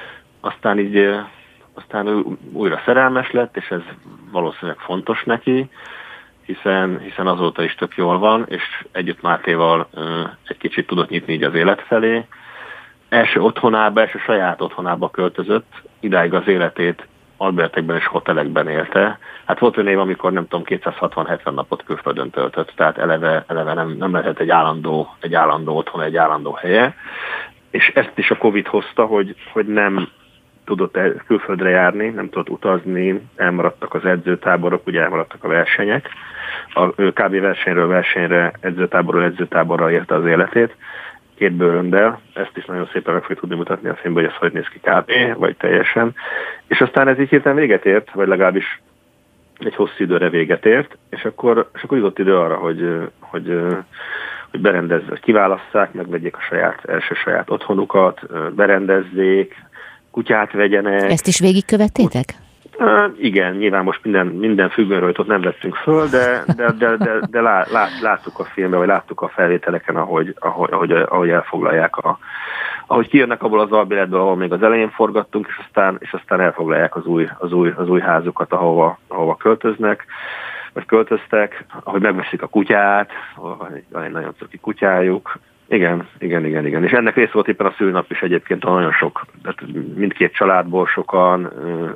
Aztán ő újra szerelmes lett, és ez valószínűleg fontos neki, hiszen azóta is tök jól van, és együtt Mátéval egy kicsit tudott nyitni így az élet felé. Első saját otthonába költözött, idáig az életét albertekben és hotelekben élte. Hát volt olyan év, amikor nem tudom, 260-70 napot külföldön töltött, tehát eleve nem lehetett egy állandó otthon, egy állandó helye. És ezt is a Covid hozta, hogy nem tudott külföldre járni, nem tudott utazni, elmaradtak az edzőtáborok, ugye elmaradtak a versenyek. Ő kb. Versenyről versenyre, edzőtáborról edzőtáborra érte az életét, 2 bőröndel, ezt is nagyon szépen meg fogjuk tudni mutatni a filmben, hogy ez hogy néz ki kb. Vagy teljesen. És aztán ez így hirtelen véget ért, vagy legalábbis egy hosszú időre véget ért, és akkor jutott idő arra, hogy berendezzék, hogy kiválasszák, megvegyék a első saját otthonukat, berendezzék, kutyát vegyenek. Ezt is végigkövettétek? Igen, nyilván most minden függönyről ott nem vettünk föl, de láttuk a filmben, vagy láttuk a felvételeken, ahogy elfoglalják ahogy kijönnek abból az albéletből, ahol még az elején forgattunk, és aztán elfoglalják az új házukat, ahova költöznek, vagy költöztek, ahogy megveszik a kutyát, van egy nagyon cuki kutyájuk. Igen. És ennek része volt éppen a szülnap is egyébként, nagyon sok, mindkét családból sokan,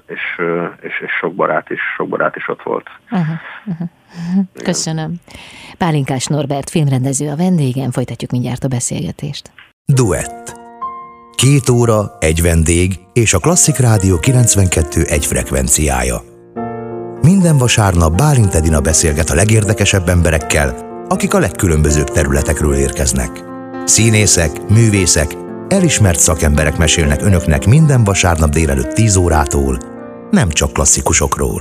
és sok barát is ott volt. Köszönöm. Pálinkás Norbert filmrendező a vendégem, folytatjuk mindjárt a beszélgetést. Duett. 2 óra, egy vendég és a Klasszik Rádió 92.1 frekvenciája. Minden vasárnap Bálint Edina beszélget a legérdekesebb emberekkel, akik a legkülönbözőbb területekről érkeznek. Színészek, művészek, elismert szakemberek mesélnek önöknek minden vasárnap délelőtt 10 órától, nem csak klasszikusokról.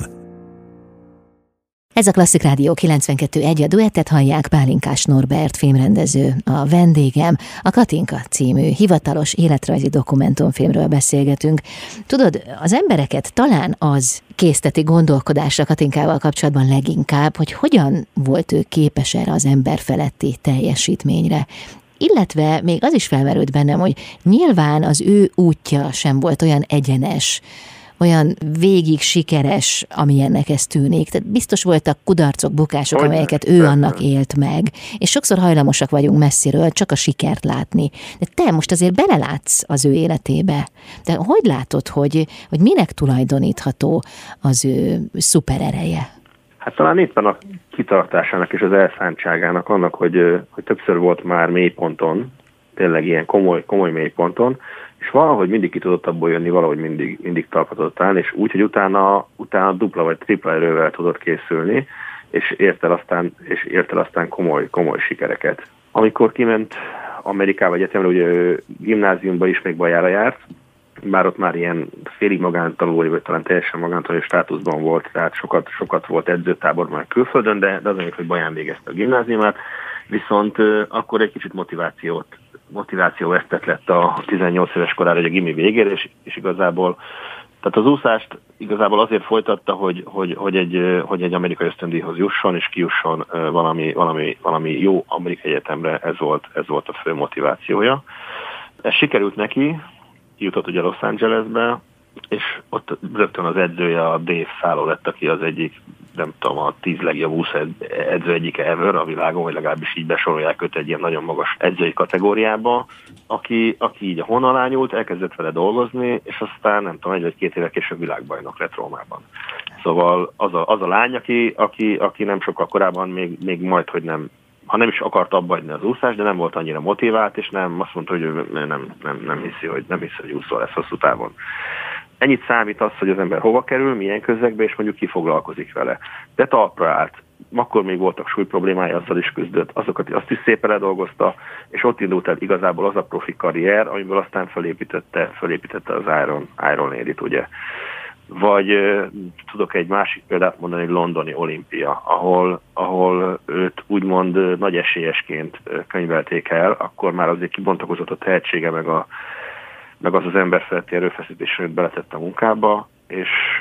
Ez a Klasszik Rádió 92.1, a duettet hallják, Pálinkás Norbert filmrendező a vendégem. A Katinka című hivatalos életrajzi dokumentumfilmről beszélgetünk. Tudod, az embereket talán az készteti gondolkodásra Katinkával kapcsolatban leginkább, hogy hogyan volt ő képes erre az emberfeletti teljesítményre. Illetve még az is felmerült bennem, hogy nyilván az ő útja sem volt olyan egyenes, olyan végig sikeres, amilyennek ez tűnik. Tehát biztos voltak kudarcok, bukások, amelyeket ő annak élt meg, és sokszor hajlamosak vagyunk messziről csak a sikert látni. De te most azért belelátsz az ő életébe. De hogy látod, hogy minek tulajdonítható az ő szuperereje? Hát talán éppen a kitartásának és az elszántságának, annak, hogy többször volt már mélyponton, tényleg ilyen komoly mélyponton, és valahogy mindig ki tudott abból jönni, valahogy mindig talpra tudott állni, és úgy, hogy utána dupla vagy tripla erővel tudott készülni, és ért el aztán komoly sikereket. Amikor kiment Amerikába egyetemre, ugye gimnáziumba is még bajára járt, bár ott már ilyen félig magántanulói, vagy talán teljesen magántanulói státuszban volt, tehát sokat volt edzőtáborban külföldön, de az anyag, hogy Baján végezte a gimnáziumát, viszont akkor egy kicsit motivációvesztett lett a 18 éves korára, egy a gimi végére, és igazából, tehát az úszást igazából azért folytatta, hogy egy amerikai ösztöndíjhoz jusson, és kijusson valami jó amerikai egyetemre, ez volt a fő motivációja. Ez sikerült neki, jutott ugye Los Angelesbe, és ott rögtön az edzője, a Dave Szálló lett, aki az egyik, nem tudom, a 10 legjobb úszó edző egyike ever a világon, vagy legalábbis így besorolják őt egy ilyen nagyon magas edzői kategóriába, aki így a honnan nyúlt, elkezdett vele dolgozni, és aztán nem tudom, 1 vagy 2 évvel később világbajnok lett Rómában. Szóval az a lány, aki nem sokkal korábban még majd, hogy nem, ha nem is akart abba hagyni az úszást, de nem volt annyira motivált, és nem azt mondta, hogy ő nem hiszi, hogy úszó lesz hosszú távon. Ennyit számít az, hogy az ember hova kerül, milyen közegbe, és mondjuk ki foglalkozik vele. De talpra állt. Akkor még voltak súlyproblémái, azzal is küzdött, azt is szépen ledolgozta, és ott indult el igazából az a profi karrier, amiből aztán fölépítette az Iron Lady-t, ugye. Vagy tudok egy másik példát mondani, egy londoni olimpia, ahol őt úgymond nagy esélyesként könyvelték el, akkor már azért kibontakozott a tehetsége, meg az emberfeletti erőfeszítés, amit beletett a munkába, és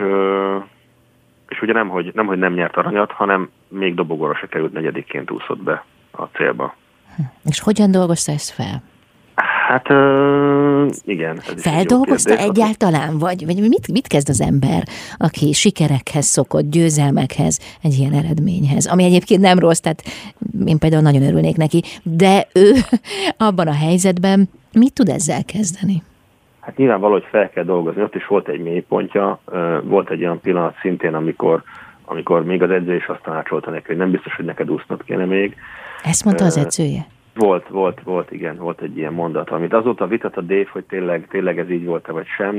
ugye nem nyert aranyat, hanem még dobogóra se került, 4. úszott be a célba. És hogyan dolgozta ezt fel? Hát igen. Feldolgozta egyáltalán? Vagy mit kezd az ember, aki sikerekhez szokott, győzelmekhez, egy ilyen eredményhez? Ami egyébként nem rossz, tehát én például nagyon örülnék neki, de ő abban a helyzetben mit tud ezzel kezdeni? Hát nyilván valahogy fel kell dolgozni. Ott is volt egy mélypontja, volt egy olyan pillanat szintén, amikor még az edző is azt tanácsolta neki, hogy nem biztos, hogy neked úsznod kéne még. Ezt mondta az edzője? Volt, igen, volt egy ilyen mondat, amit azóta vitat a Dave, hogy tényleg ez így volt-e vagy sem,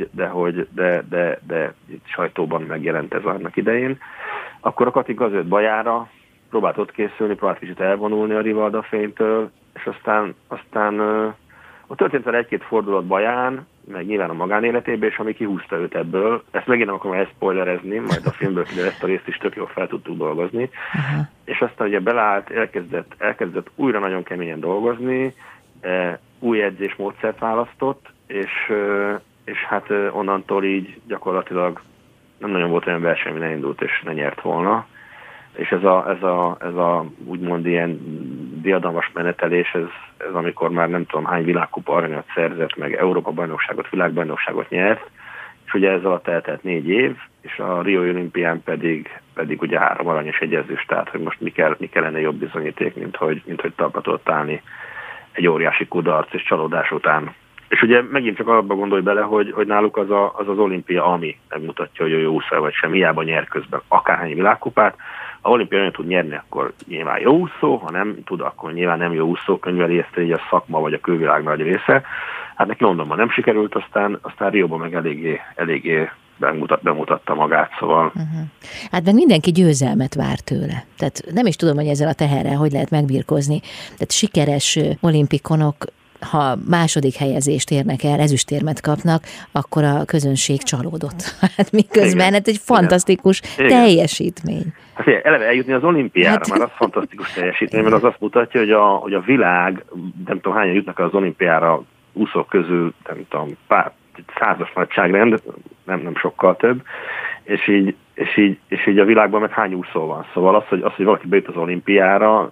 de sajtóban megjelent ez annak idején. Akkor a Katinka az jött Bajára, próbált ott készülni, próbált kicsit elvonulni a Rivalda fénytől, és aztán ott történt vele 1-2 fordulat Baján, meg nyilván a magánéletében, és ami kihúzta őt ebből. Ezt megint nem akarom elszpoilerezni, majd a filmből de ezt a részt is tök jól fel tudtuk dolgozni. Uh-huh. És aztán ugye beleállt, elkezdett újra nagyon keményen dolgozni, új edzésmódszert választott, és hát onnantól így gyakorlatilag nem nagyon volt olyan verseny, ami ne indult és ne nyert volna. És ez a úgymond ilyen diadalmas menetelés, ez amikor már nem tudom hány világkupa aranyat szerzett, meg Európa-bajnokságot, világbajnokságot nyert, és ugye ez alatt eltelt 4 év, és a Riói olimpián pedig ugye 3 arany és 1 ezüst, tehát hogy most mi kellene jobb bizonyíték, mint hogy talpra tudott állni egy óriási kudarc és csalódás után. És ugye megint csak abba gondolj bele, hogy náluk az olimpia, ami nem mutatja, hogy jó úszó vagy sem, hiába nyer közben akárhány világkupát. Ha olimpia olyan tud nyerni, akkor nyilván jó úszó, ha nem tud, akkor nyilván nem jó úszó, könyveli ezt így a szakma vagy a külvilág nagy része. Hát neki Londonban nem sikerült, aztán Rióban meg eléggé bemutatta magát, szóval. Hát meg mindenki győzelmet vár tőle. Tehát nem is tudom, hogy ezzel a teherrel hogy lehet megbirkózni. Tehát sikeres olimpikonok, ha második helyezést érnek el, ezüstérmet kapnak, akkor a közönség csalódott. Hát miközben hát egy fantasztikus teljesítmény. Hát eleve eljutni az olimpiára, már az fantasztikus teljesítmény, mert az azt mutatja, hogy a világ, nem tudom hányan jutnak az olimpiára úszók közül, nem tudom, pár 100-as nagyságrend, nem sokkal több, és így a világban meg hány úszó van. Szóval az, hogy valaki bejut az olimpiára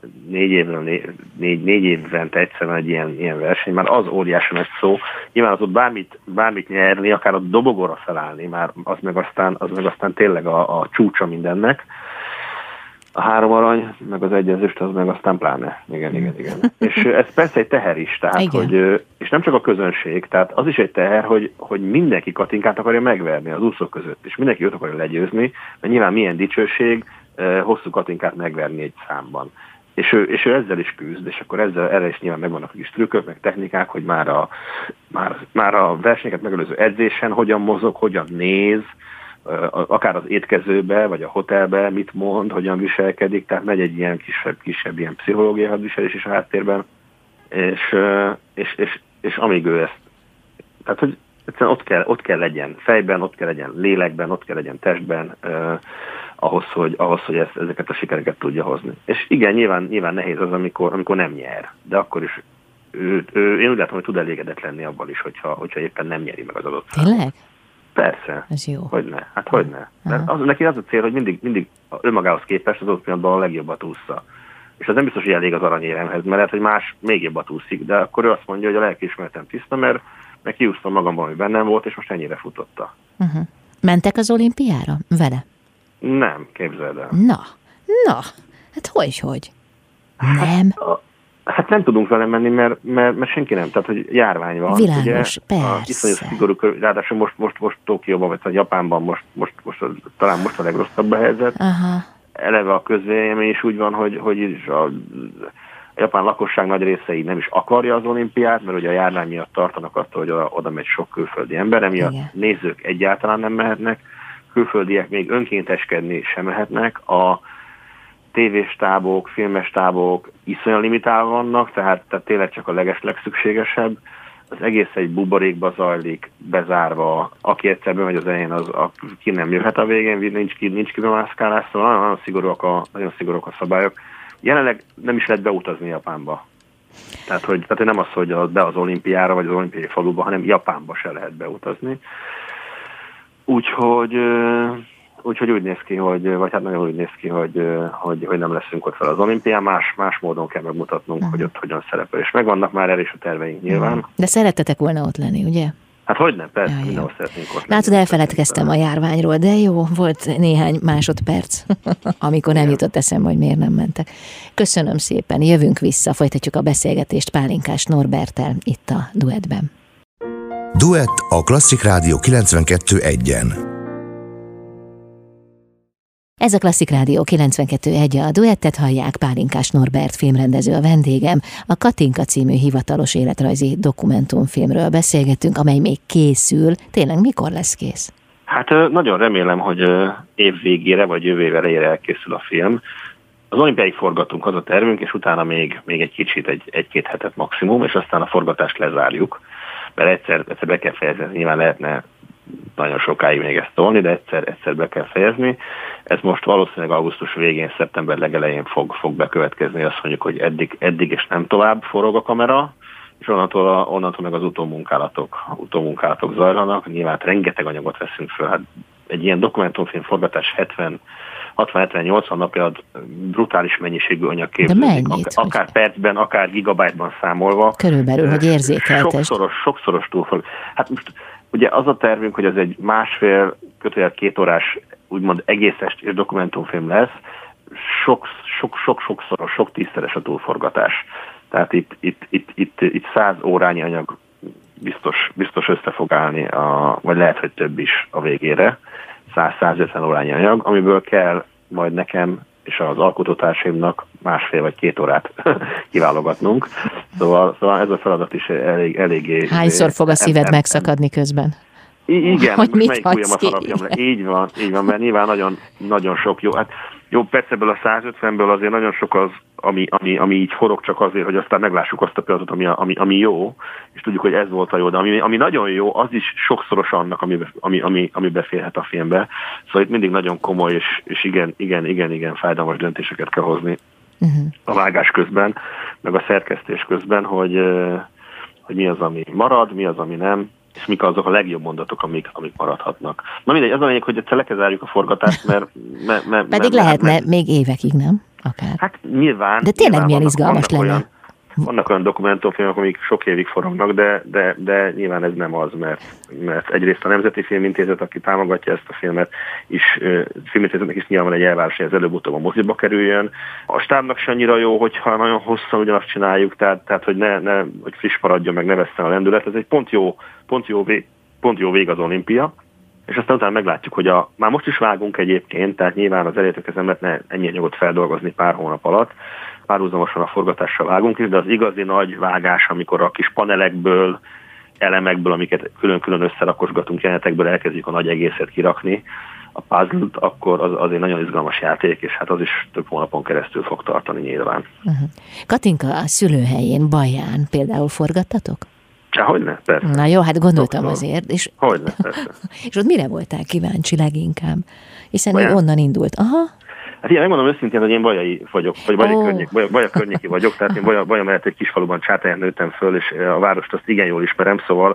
4 évente egyszer egy ilyen verseny, már az óriási nagy szó. Nyilván az ott bármit nyerni, akár a dobogóra felállni, már az meg aztán tényleg a csúcsa mindennek. A 3 arany, meg az 1 ezüst, az meg aztán pláne. Igen. És ez persze egy teher is, tehát, hogy, és nem csak a közönség, tehát az is egy teher, hogy mindenki Katinkát akarja megverni az úszók között, és mindenki őt akarja legyőzni, mert nyilván milyen dicsőség hosszú Katinkát megverni egy számban. És ő ezzel is küzd, és akkor erre is nyilván megvannak a kis trükkök, meg technikák, hogy már a versenyeket megelőző edzésen hogyan mozog, hogyan néz, akár az étkezőbe, vagy a hotelbe mit mond, hogyan viselkedik, tehát megy egy ilyen kisebb ilyen pszichológiai hadviselés is a háttérben, és amíg ő ezt, tehát hogy egyszerűen ott kell legyen fejben, ott kell legyen lélekben, ott kell legyen testben, ahhoz, hogy ezeket a sikereket tudja hozni. És igen, nyilván nehéz az, amikor nem nyer, de akkor is én úgy látom, hogy tud elégedett lenni abban is, hogyha éppen nem nyeri meg az adott számot. Tényleg? Persze. Ez jó. Hogyne. Hát hogyne. Neki az a cél, hogy mindig önmagához képest az ott pillanatban a legjobbat ússza. És az nem biztos, hogy elég az aranyéremhez, mert lehet, hogy más még jobbat úszik, de akkor ő azt mondja, hogy a lelkiismeretem tiszta, mert kiúsztam magamban, ami bennem volt, és most ennyire futotta. Mentek az olimpiára vele? Nem, képzeld el. Na, hát hogy? Nem? Hát nem tudunk vele menni, mert senki nem, tehát hogy járvány van. Világos, ugye, persze. Iszonyú szigorú, ráadásul most Tokióban, vagy Japánban most talán most a legrosszabb a helyzet. Aha. Eleve a közvélemény is úgy van, hogy a japán lakosság nagy része így nem is akarja az olimpiát, mert ugye a járvány miatt tartanak attól, hogy oda megy sok külföldi ember, emiatt nézők egyáltalán nem mehetnek, külföldiek még önkénteskedni sem mehetnek, a tévéstábok, filmestábok iszonyan limitálva vannak, tehát tényleg csak a legszükségesebb. Az egész egy buborékba zajlik, bezárva. Aki egyszer bemegy az elején, ki nem jöhet a végén, nincs ki bemászkálás, szóval nagyon szigorúak a szabályok. Jelenleg nem is lehet beutazni Japánba. Tehát nem az, hogy be az olimpiára, vagy az olimpiai faluba, hanem Japánba se lehet beutazni. Úgyhogy úgy néz ki, vagy hát nagyon úgy néz ki, hogy nem leszünk ott fel az olimpián, más módon kell megmutatnunk, hogy ott hogyan szerepel. És megvannak már erre is a terveink nyilván. De szerettetek volna ott lenni, ugye? Hát hogyne, persze, mindenhol szeretnénk ott lenni. Látod, elfeledkeztem a járványról, de jó, volt néhány másodperc, amikor nem jutott eszembe, hogy miért nem mentek. Köszönöm szépen, jövünk vissza, folytatjuk a beszélgetést Pálinkás Norberttel itt a Duettben. Duett a Klasszik Rádió 92.1-en. Ez a Klasszik Rádió 92.1, a Duettet hallják, Pálinkás Norbert filmrendező a vendégem. A Katinka című hivatalos életrajzi dokumentumfilmről beszélgettünk, amely még készül. Tényleg mikor lesz kész? Hát nagyon remélem, hogy év végére vagy jövő év elejére elkészül a film. Az olimpiáig forgatunk, az a tervünk, és utána még egy kicsit, egy-két hetet maximum, és aztán a forgatást lezárjuk. Mert egyszer be kell fejezni, nyilván lehetne nagyon sokáig még ezt tolni, de egyszer be kell fejezni. Ez most valószínűleg augusztus végén, szeptember legelején fog bekövetkezni, azt mondjuk, hogy eddig és nem tovább forog a kamera, és onnantól meg az utómunkálatok zajlanak. Nyilván rengeteg anyagot veszünk föl, hát egy ilyen dokumentumfilm forgatás 60-70-80 napja ad brutális mennyiségű anyag képződik. Akár percben, akár gigabájtban számolva. Körülbelül, hogy érzékeltest. Sokszoros túlforgatás. Hát most ugye az a tervünk, hogy ez egy 1,5-2 órás úgymond egészes és dokumentumfilm lesz. Sokszoros, sok tízszeres a túlforgatás. Tehát itt 100 órányi anyag biztos össze fog állni, vagy lehet, hogy több is a végére, 100-150 órányi anyag, amiből kell majd nekem és az alkotótársaimnak 1,5 vagy 2 órát kiválogatnunk. Szóval ez a feladat is eléggé... Hányszor fog a szíved megszakadni közben? Igen, hogy most melyik ujjamat harapjam le. Így van, mert nyilván nagyon, nagyon sok jó. Hát jó, persze ebből a 150-ből azért nagyon sok az, ami így forog csak azért, hogy aztán meglássuk azt a pillanatot, ami jó, és tudjuk, hogy ez volt a jó, de ami nagyon jó, az is sokszoros annak, ami beférhet a filmbe. Szóval itt mindig nagyon komoly, és igen, fájdalmas döntéseket kell hozni a vágás közben, meg a szerkesztés közben, hogy mi az, ami marad, mi az, ami nem, és mik azok a legjobb mondatok, amik maradhatnak. Na mindegy, az a lényeg, hogy egyszer lekezárjuk a forgatást, mert pedig lehetne még évekig, nem? Akár. Hát nyilván. De tényleg milyen izgalmas lenne. Vannak olyan dokumentumfilmek, amik sok évig forognak, de nyilván ez nem az, mert egyrészt a Nemzeti Filmintézet, aki támogatja ezt a filmet, és filmintézetnek is nyilván van egy elvárás, hogy ez előbb-utóbb a moziba kerüljön. A stábnak se annyira jó, hogyha nagyon hosszan ugyanazt csináljuk, tehát hogy ne hogy friss maradjon, meg ne vesszen a lendület. Ez egy pont jó vég az olimpia. És aztán utána meglátjuk, hogy már most is vágunk egyébként, tehát nyilván az elérhetők nem lehetne ennyi anyagot feldolgozni pár hónap alatt. Párhuzamosan a forgatással vágunk is, de az igazi nagy vágás, amikor a kis panelekből, elemekből, amiket külön-külön összerakosgatunk jelenetekből, elkezdjük a nagy egészet kirakni, a puzzle-t, akkor az egy nagyon izgalmas játék, és hát az is több hónapon keresztül fog tartani nyilván. Katinka, a szülőhelyén, Baján például forgattatok? Hogyne, persze. Na jó, hát gondoltam azért. És... Hogyne, persze. És ott mire voltál kíváncsi leginkább? Hiszen ő onnan indult. Aha. Hát igen, megmondom őszintén, hogy én bajai vagyok, vagy Baja környéki vagyok, tehát én Baja mellett egy kisfaluban Csátáján nőttem föl, és a várost azt igen jól ismerem, szóval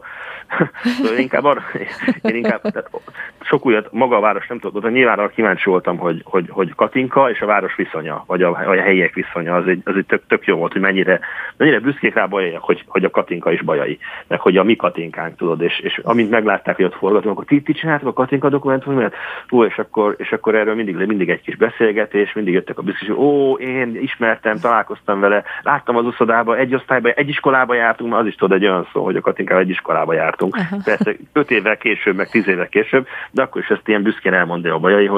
én inkább tehát sok újat maga a város nem tudott, de nyilván arra kíváncsi voltam, hogy Katinka és a város viszonya, vagy a helyiek viszonya, az egy tök jó volt, hogy mennyire büszkék rá bajaiak, hogy a Katinka is bajai, meg hogy a mi Katinkánk, tudod, és amint meglátták, hogy ott forgatunk, akkor ti csináltuk a Katinka dokumentumot, és akkor erről mindig egy kis beszélgetés, mindig jöttek a büszkés, hogy én ismertem, találkoztam vele, láttam az uszodába, egy osztályba, egy iskolába jártunk, az is tudod, egy olyan szó, hogy a Katinkával egy iskolába jártunk. Aha. Persze 5 évvel később, meg 10 évvel később, de akkor is ezt ilyen büszkén elmondja a Bajai,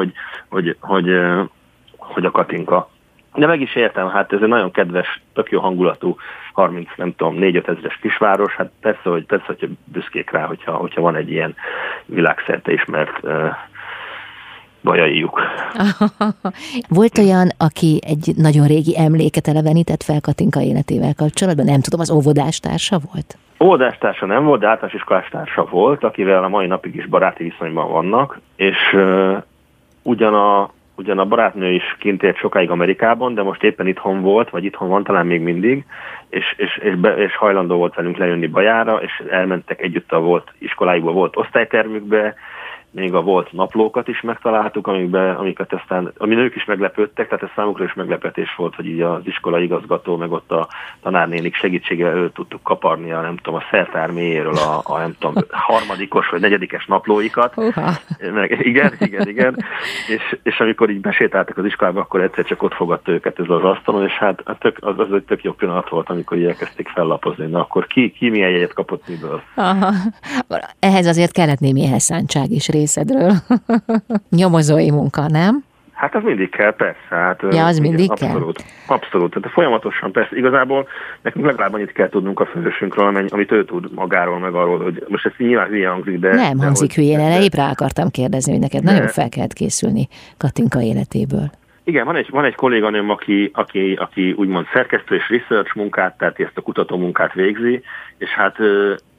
hogy a Katinka. De meg is értem, hát ez egy nagyon kedves, tök jó hangulatú 4-5 ezeres kisváros, hát persze, hogy büszkék rá, hogyha van egy ilyen világszerte ismert Bajaijuk. Volt olyan, aki egy nagyon régi emléket elevenített fel Katinka életével kapcsolatban? Nem tudom, az óvodástársa volt? Óvodástársa nem volt, de általános iskolástársa volt, akivel a mai napig is baráti viszonyban vannak, és ugyan a barátnő is kint élt sokáig Amerikában, de most éppen itthon volt, vagy itthon van talán még mindig, és hajlandó volt velünk lejönni Bajára, és elmentek együtt a volt iskoláiból, volt osztálytermükbe, még a volt naplókat is megtaláltuk, amiket aztán, ami nők is meglepődtek, tehát ez számukra is meglepetés volt, hogy így az iskola igazgató, meg ott a tanárnénik segítségével tudtuk kaparni a szertár mélyéről a nem tudom, 3. vagy 4. naplóikat. Igen. És amikor így besétáltak az iskolába, akkor egyszer csak ott fogadta őket ez az asztalon, és hát az egy tök jó pillanat volt, amikor így elkezdték fellapozni. Na akkor ki milyen jegyet kapott miből? Aha. Ehhez azért kellett némi elszántság is részedről. Nyomozói munka, nem? Hát az mindig kell, persze. Hát, ja, az mindig abszolút, kell? Abszolút. Tehát folyamatosan persze. Igazából nekünk legalább annyit kell tudnunk a főhősünkről, amit ő tud magáról, meg arról, hogy most ez nyilván hülye hangzik, de... Nem hangzik hülyén, épp rá akartam kérdezni, hogy neked nagyon fel kellett készülni Katinka életéből. Igen, van egy kolléganőm, aki úgymond szerkesztő és research munkát, tehát ezt a kutató munkát végzi, és hát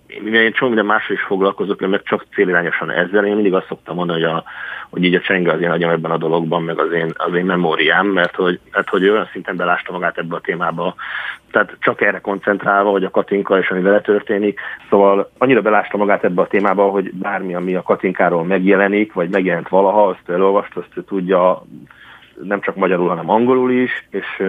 én csomó minden másról is foglalkozok, meg csak célirányosan ezzel. Én mindig azt szoktam mondani, hogy így a csenge az én agyam ebben a dologban, meg az én memóriám, mert hogy olyan szinten belásta magát ebbe a témába, tehát csak erre koncentrálva, hogy a Katinka és ami vele történik. Szóval annyira belásta magát ebbe a témába, hogy bármi, ami a Katinkáról megjelenik, vagy megjelent valaha, azt elolvast, azt tudja nem csak magyarul, hanem angolul is,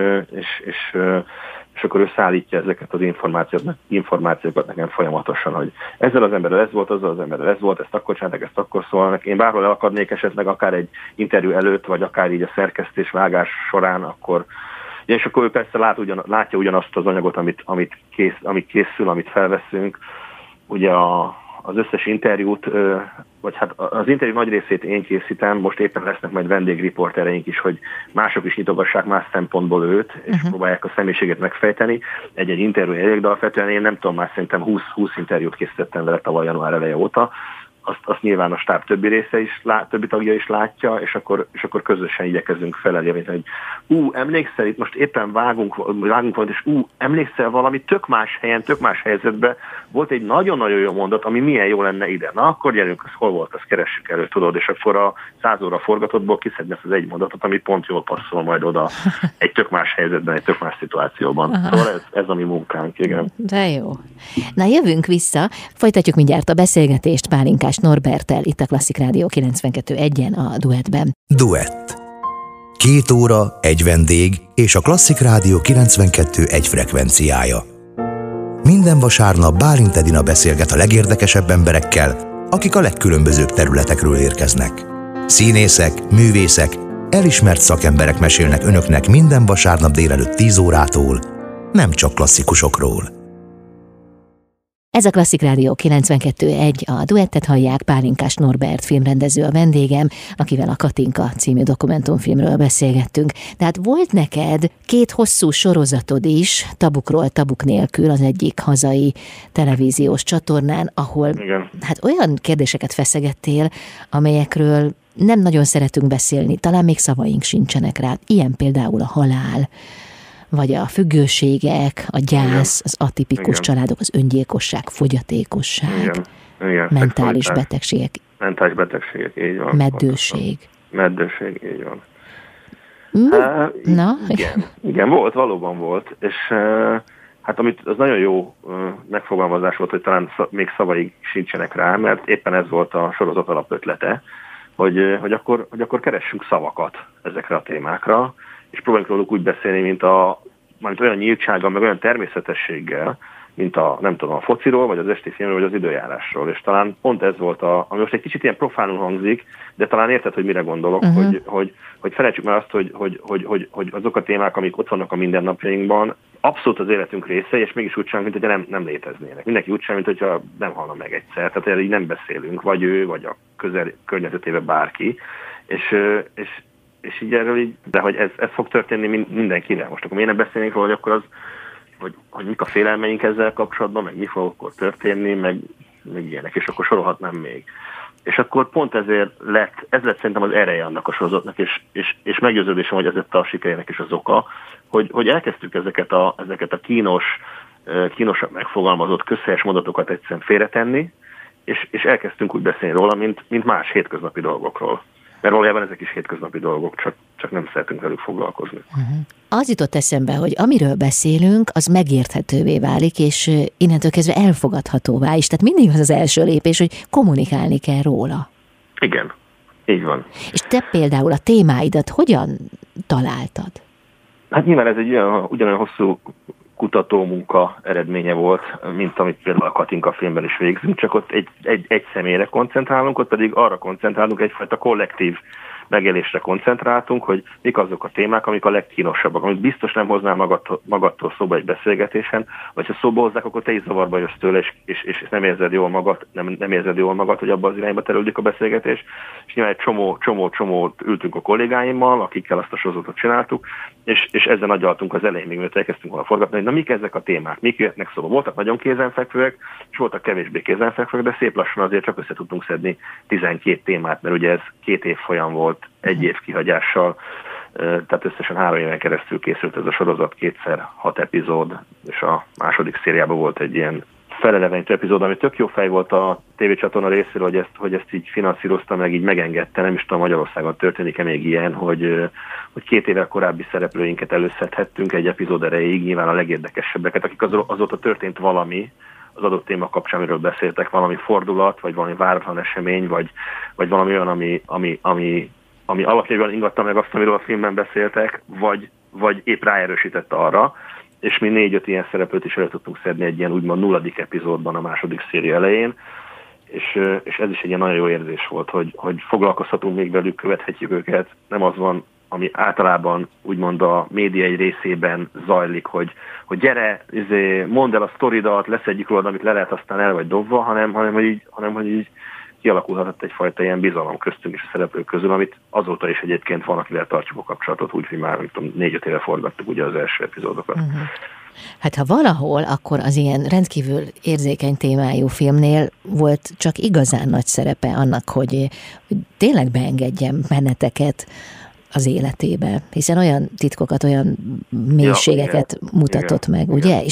és akkor összeállítja ezeket az információkat nekem folyamatosan, hogy ezzel az emberrel ez volt, azzal az emberrel ez volt, ezt akkor csináltak, ezt akkor szólnak. Én bárhol elakadnék esetleg, akár egy interjú előtt, vagy akár így a szerkesztés vágás során, akkor és akkor ő persze látja ugyanazt az anyagot, amit készül, amit felveszünk. Ugye az összes interjút, vagy hát az interjú nagy részét én készítem, most éppen lesznek majd vendégriportereink is, hogy mások is nyitogassák más szempontból őt, és próbálják a személyiséget megfejteni. Egy interjú elég, de alapvetően én nem tudom, már szerintem 20 interjút készítettem vele tavaly január eleje óta. Azt nyilván a stáb többi része is, többi tagja is látja, és akkor közösen igyekezünk felelni, hogy emlékszel, itt most éppen vágunk valamit, és emlékszel valami tök más helyen, tök más helyzetben, volt egy nagyon-nagyon jó mondat, ami milyen jó lenne ide. Na, akkor gyerünk, az hol volt, azt keressük elő, tudod, és akkor a 100 óra forgatottból kiszedni ezt az egy mondatot, ami pont jól passzol majd oda egy tök más helyzetben, egy tök más szituációban. Aha. Szóval ez a mi munkánk, igen. De jó. Na, jövünk vissza, folytatjuk mindjárt a beszélgetést Pálinkás Norberttel, itt a Klasszik Rádió 92.1-en a Duettben. Duett. 2 óra, egy vendég és a Klasszik Rádió 92.1 frekvenciája. Minden vasárnap Bálint Edina beszélget a legérdekesebb emberekkel, akik a legkülönbözőbb területekről érkeznek. Színészek, művészek, elismert szakemberek mesélnek önöknek minden vasárnap délelőtt 10 órától, nem csak klasszikusokról. Ez a Klasszik Rádió 92.1, a Duettet hallják, Pálinkás Norbert filmrendező a vendégem, akivel a Katinka című dokumentumfilmről beszélgettünk. Tehát volt neked 2 hosszú sorozatod is, tabukról, tabuk nélkül, az egyik hazai televíziós csatornán, ahol hát olyan kérdéseket feszegettél, amelyekről nem nagyon szeretünk beszélni, talán még szavaink sincsenek rá. Ilyen például a halál, vagy a függőségek, a gyász, az atipikus családok, az öngyilkosság, fogyatékosság, mentális betegségek. Mentális betegségek, így van. Meddőség. Meddőség, így van. Na? Igen, valóban volt, és hát amit az nagyon jó megfogalmazás volt, hogy talán még szavaig sincsenek rá, mert éppen ez volt a sorozat alapötlete, hogy akkor keressünk szavakat ezekre a témákra, és próbáljuk róluk úgy beszélni, mint olyan nyíltsággal, meg olyan természetességgel, mint a fociról, vagy az esti filmről, vagy az időjárásról. És talán pont ez volt, ami most egy kicsit ilyen profánul hangzik, de talán érted, hogy mire gondolok, hogy felejtsük már azt, hogy azok a témák, amik ott vannak a mindennapjainkban, abszolút az életünk része, és mégis úgy sem, mint hogyha nem léteznének. Mindenki úgy sem, mint hogyha nem halna meg egyszer. Tehát erről így nem beszélünk, vagy ő, vagy a környezetében bárki. És így erről így, de hogy ez fog történni mindenkinek. Most akkor miért nem beszélnénk róla, hogy akkor az, hogy mik a félelmeink ezzel kapcsolatban, meg mi fog akkor történni, meg ilyenek, és akkor sorolhatnám még. És akkor pont ez lett szerintem az ereje annak a sorozatnak, és meggyőződésem, hogy ez lett a sikerének is az oka, hogy elkezdtük ezeket a kínosan megfogalmazott közhelyes mondatokat egyszerűen félretenni, és elkezdtünk úgy beszélni róla, mint más hétköznapi dolgokról. Mert valójában ezek is hétköznapi dolgok, csak nem szeretünk velük foglalkozni. Az jutott eszembe, hogy amiről beszélünk, az megérthetővé válik, és innentől kezdve elfogadhatóvá is. Tehát mindig az első lépés, hogy kommunikálni kell róla. Igen, így van. És te például a témáidat hogyan találtad? Hát nyilván ez egy ugyanolyan hosszú kutatómunka eredménye volt, mint amit például a Katinka filmben is végzünk, csak ott egy személyre koncentrálunk, ott pedig arra koncentrálunk, egyfajta kollektív megélésre koncentráltunk, hogy mik azok a témák, amik a legkínosabbak, amit biztos nem hoznál magadtól szóba egy beszélgetésen, vagy ha szóba hozzák, akkor te is zavarba jössz tőle, és nem érzed jól magad, nem érzed jól magad, hogy abban az irányba terülődik a beszélgetés. És nyilván egy csomó ültünk a kollégáimmal, akikkel azt a sorozatot csináltuk, és ezen agyaltunk az elején, még mielőtt elkezdtünk volna forgatni, hogy na mik ezek a témák, mik jöhetnek szóba. Voltak nagyon kézenfekvőek, és voltak kevésbé kézenfekvőek, de szép lassan azért csak össze tudtunk szedni 12 témát, mert ugye ez 2 évfolyam volt, 1 év kihagyással, tehát összesen 3 éven keresztül készült ez a sorozat, 2x6 epizód, és a második szériában volt egy ilyen felelevenítő epizód, ami tök jó fej volt a tévécsatorna részéről, hogy ezt így finanszírozta, meg így megengedte. Nem is tudom, Magyarországon történik-e még ilyen, hogy 2 évvel korábbi szereplőinket előszedhettünk egy epizód erejéig, nyilván a legérdekesebbeket, akik azóta történt valami, az adott téma kapcsán, amiről beszéltek, valami fordulat, vagy valami váratlan esemény, vagy valami olyan, ami alapjában ingatta meg azt, amiről a filmben beszéltek, vagy épp ráerősített arra, és mi 4-5 ilyen szereplőt is elő tudtunk szedni egy ilyen úgymond 0. epizódban a második széria elején, és ez is egy ilyen nagyon jó érzés volt, hogy foglalkozhatunk még velük, követhetjük őket, nem az van, ami általában úgymond a média egy részében zajlik, hogy gyere, mondd el a sztoridat, leszedjük róla, amit le lehet aztán el vagy dobva, hanem hogy így kialakulhatott egyfajta ilyen bizalom köztünk és a szereplők közül, amit azóta is egyébként van, akivel tartjuk a kapcsolatot, úgyhogy már 4-5 éve forgattuk ugye az első epizódokat. Uh-huh. Hát ha valahol, akkor az ilyen rendkívül érzékeny témájú filmnél volt csak igazán nagy szerepe annak, hogy tényleg beengedjen benneteket az életébe, hiszen olyan titkokat, olyan mélységeket mutatott meg, ugye?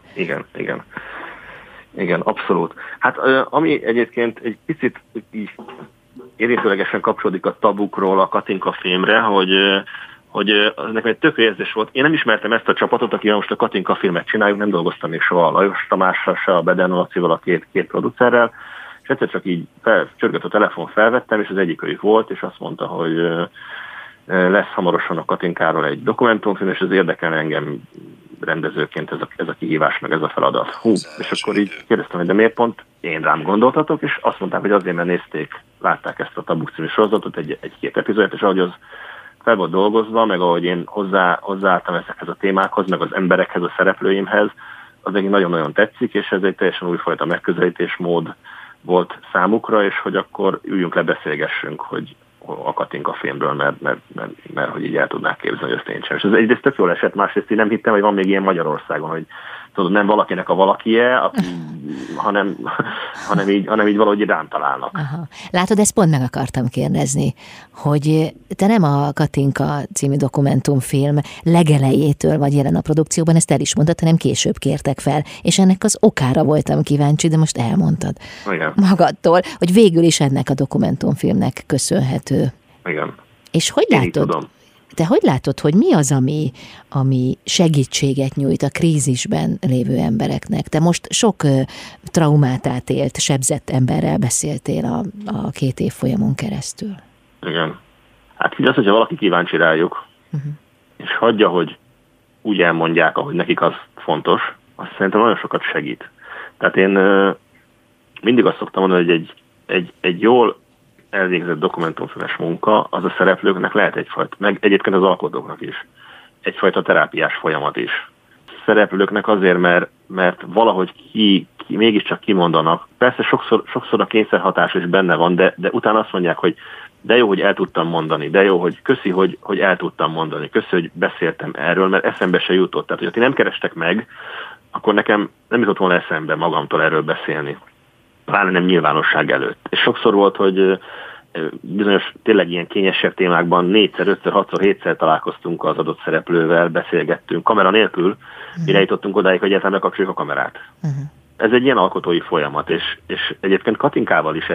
Igen, abszolút. Hát ami egyébként egy picit így érintőlegesen kapcsolódik a Tabukról a Katinka filmre, hogy nekem egy tök érzés volt. Én nem ismertem ezt a csapatot, akivel most a Katinka filmet csináljuk, nem dolgoztam még soha a Lajos Tamással, se a Beden Lacival, a két producerrel, és egyszer csak így csörgött a telefon, felvettem, és az egyikőjük volt, és azt mondta, hogy lesz hamarosan a Katinkáról egy dokumentumfilm, és ez érdekel engem rendezőként ez a kihívás, meg ez a feladat. És akkor így kérdeztem, hogy de miért pont én rám gondoltatok, és azt mondták, hogy azért, mert látták ezt a Tabuk című sorozatot, egy-két epizódot, és ahogy az fel volt dolgozva, meg ahogy én hozzáálltam ezekhez a témákhoz, meg az emberekhez, a szereplőimhez, az neki nagyon-nagyon tetszik, és ez egy teljesen újfajta megközelítésmód volt számukra, és hogy akkor üljünk le, beszélgessünk, hogy a Katinka filmről, mert hogy így el tudnák képzelni, hogy ezt én sem. És ez egyrészt tök jól esett, másrészt én nem hittem, hogy van még ilyen Magyarországon, hogy tudod, nem valakinek a valakije, hanem így valahogy rám találnak. Aha. Látod, ezt pont meg akartam kérdezni, hogy te nem a Katinka című dokumentumfilm legelejétől vagy jelen a produkcióban, ezt el is mondtad, hanem később kértek fel, és ennek az okára voltam kíváncsi, de most elmondtad. Igen. Magadtól, hogy végül is ennek a dokumentumfilmnek köszönhető. Igen. És hogy látod? Te hogy látod, hogy mi az, ami segítséget nyújt a krízisben lévő embereknek? Te most sok traumát átélt, sebzett emberrel beszéltél a 2 évfolyamon keresztül. Igen. Hát így az, hogyha valaki kíváncsi rájuk, és hagyja, hogy úgy elmondják, ahogy nekik az fontos, azt szerintem nagyon sokat segít. Tehát én mindig azt szoktam mondani, hogy egy jól elvégzett dokumentumfilmes munka, az a szereplőknek lehet egyfajta, meg egyébként az alkotóknak is, egyfajta terápiás folyamat is. Szereplőknek azért, mert valahogy mégiscsak kimondanak. Persze sokszor a kényszerhatás is benne van, de utána azt mondják, hogy de jó, hogy el tudtam mondani, de jó, hogy köszi, hogy el tudtam mondani, köszi, hogy beszéltem erről, mert eszembe se jutott. Tehát, hogy ti nem kerestek meg, akkor nekem nem jutott volna eszembe magamtól erről beszélni. Pláne nem nyilvánosság előtt. És sokszor volt, hogy bizonyos tényleg ilyen kényesebb témákban 4-szer, 5-szer, 6-szor, 7-szer találkoztunk az adott szereplővel, beszélgettünk kamera nélkül, mire jutottunk odáig, hogy egyáltalán bekapcsoljuk a kamerát. Ez egy ilyen alkotói folyamat, és egyébként Katinkával is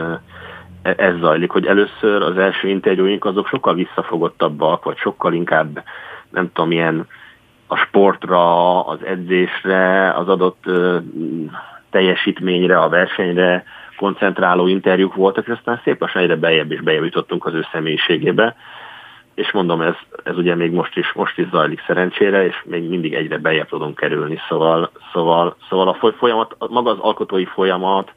ez zajlik, hogy először az első interjúink azok sokkal visszafogottabbak, vagy sokkal inkább, nem tudom, ilyen a sportra, az edzésre, az adott teljesítményre, a versenyre koncentráló interjúk voltak, és aztán szép lassan egyre beljebb és beljebb jutottunk az ő személyiségébe. És mondom, ez ugye még most is zajlik szerencsére, és még mindig egyre beljebb tudunk kerülni. Szóval a folyamat, maga az alkotói folyamat,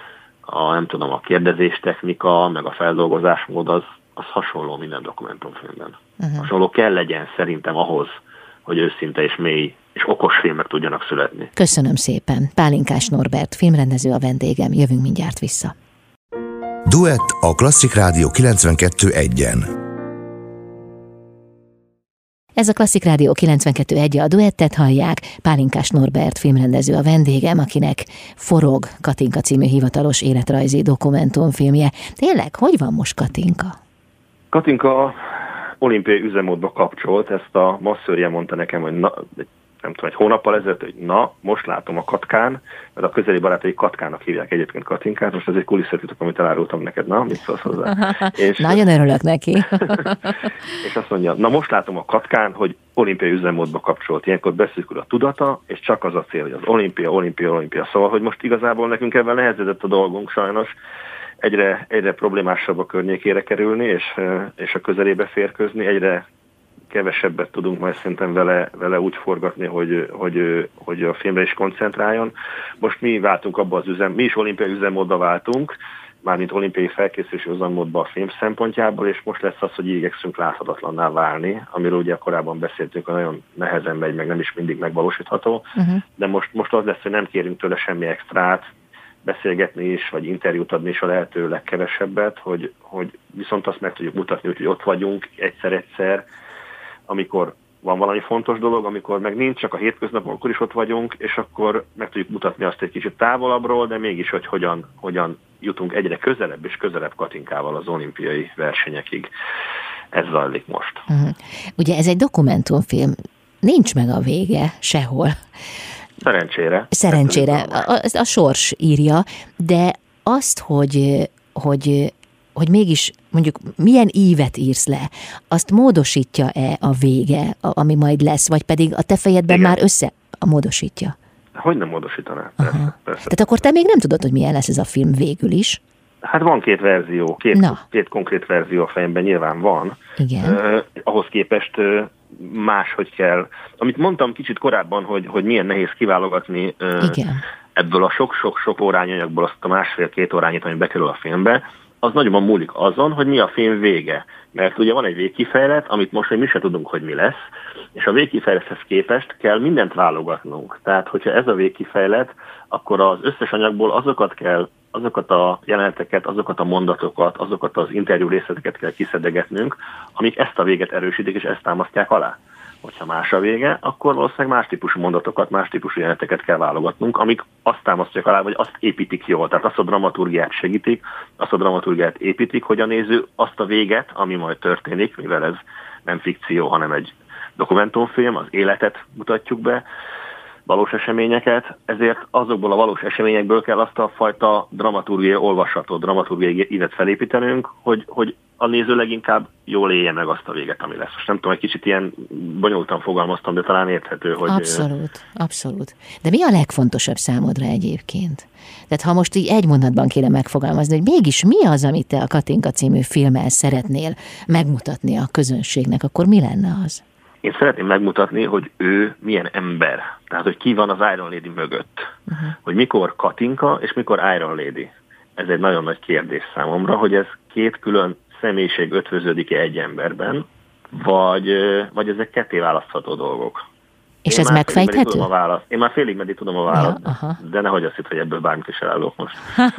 a kérdezés technika, meg a feldolgozásmód az hasonló minden dokumentumfilmben. Hasonló kell legyen szerintem ahhoz, hogy őszinte és mély és okos filmek tudjanak születni. Köszönöm szépen. Pálinkás Norbert, filmrendező a vendégem. Jövünk mindjárt vissza. Duett a Klasszik Rádió 92.1-en. Ez a Klasszik Rádió 92.1, a Duettet hallják. Pálinkás Norbert, filmrendező a vendégem, akinek forog Katinka című hivatalos életrajzi dokumentumfilmje. Tényleg, hogy van most Katinka? Katinka olimpiai üzemmódba kapcsolt, ezt a masszörje mondta nekem, hogy nem tudom, egy hónappal ezelőtt, hogy na, most látom a Katkán, mert a közeli barátai Katkának hívják egyébként Katinkát, most ez egy kulisszatitok, amit elárultam neked, na, mit szólsz hozzá? És, nagyon örülök neki. És azt mondja, na most látom a Katkán, hogy olimpiai üzemmódba kapcsolt. Ilyenkor beszűkül a tudata, és csak az a cél, hogy az olimpia. Szóval, hogy most igazából nekünk ebben nehezedett a dolgunk sajnos, egyre problémásabb a környékére kerülni, és a közelébe férkőzni, egyre kevesebbet tudunk majd szerintem vele úgy forgatni, hogy a filmre is koncentráljon. Most mi váltunk abba mi is olimpiai üzemmódba váltunk, mármint olimpiai felkészülési üzemmódba a film szempontjából, és most lesz az, hogy igyekszünk láthatatlanná válni, amiről ugye korábban beszéltünk, hogy nagyon nehezen megy, meg nem is mindig megvalósítható, de most az lesz, hogy nem kérünk tőle semmi extrát, beszélgetni is, vagy interjút adni is a lehető legkevesebbet, hogy viszont azt meg tudjuk mutatni, hogy ott vagyunk egyszer-egyszer, amikor van valami fontos dolog, amikor meg nincs, csak a hétköznapon, akkor is ott vagyunk, és akkor meg tudjuk mutatni azt egy kicsit távolabbról, de mégis, hogy hogyan jutunk egyre közelebb és közelebb Katinkával az olimpiai versenyekig. Ez zajlik most. Ugye ez egy dokumentumfilm, nincs meg a vége sehol. Szerencsére. A sors írja, de azt, hogy mégis mondjuk milyen ívet írsz le, azt módosítja-e a vége, ami majd lesz, vagy pedig a te fejedben már módosítja? Hogy nem módosítaná? Persze. Tehát akkor te még nem tudod, hogy milyen lesz ez a film végül is? Hát van két verzió, két konkrét verzió a fejemben nyilván van. Igen. Ahhoz képest máshogy kell. Amit mondtam kicsit korábban, hogy milyen nehéz kiválogatni ebből a sok-sok órányanyagból azt a másfél-két órányit, ami bekerül a filmbe, az nagyobb múlik azon, hogy mi a film vége. Mert ugye van egy végkifejlet, amit most még mi se tudunk, hogy mi lesz, és a végkifejlethez képest kell mindent válogatnunk. Tehát, hogyha ez a végkifejlet, akkor az összes anyagból azokat a jeleneteket, azokat a mondatokat, azokat az interjú részleteket kell kiszedegetnünk, amik ezt a véget erősítik, és ezt támasztják alá. Hogyha más a vége, akkor valószínűleg más típusú mondatokat, más típusú jeleneteket kell válogatnunk, amik azt támasztják alá, vagy azt építik jól. Tehát azt a dramaturgiát segítik, azt a dramaturgiát építik, hogy a néző azt a véget, ami majd történik, mivel ez nem fikció, hanem egy dokumentumfilm, az életet mutatjuk be, valós eseményeket, ezért azokból a valós eseményekből kell azt a fajta dramaturgiai olvasható, dramaturgiai ívet felépítenünk, hogy a néző leginkább jól élje meg azt a véget, ami lesz. Most nem tudom, egy kicsit ilyen bonyolultan fogalmaztam, de talán érthető, hogy... Abszolút. De mi a legfontosabb számodra egyébként? Tehát ha most így egy mondatban kéne megfogalmazni, hogy mégis mi az, amit te a Katinka című filmmel szeretnél megmutatni a közönségnek, akkor mi lenne az? Én szeretném megmutatni, hogy ő milyen ember. Tehát, hogy ki van az Iron Lady mögött. Hogy mikor Katinka, és mikor Iron Lady. Ez egy nagyon nagy kérdés számomra, hogy ez két külön személyiség ötvöződik-e egy emberben, vagy ezek ketté választható dolgok. És ez megfejthető? Én már félig meddig tudom a választ, de nehogy azt hitt, hogy ebből bármit is elállok most.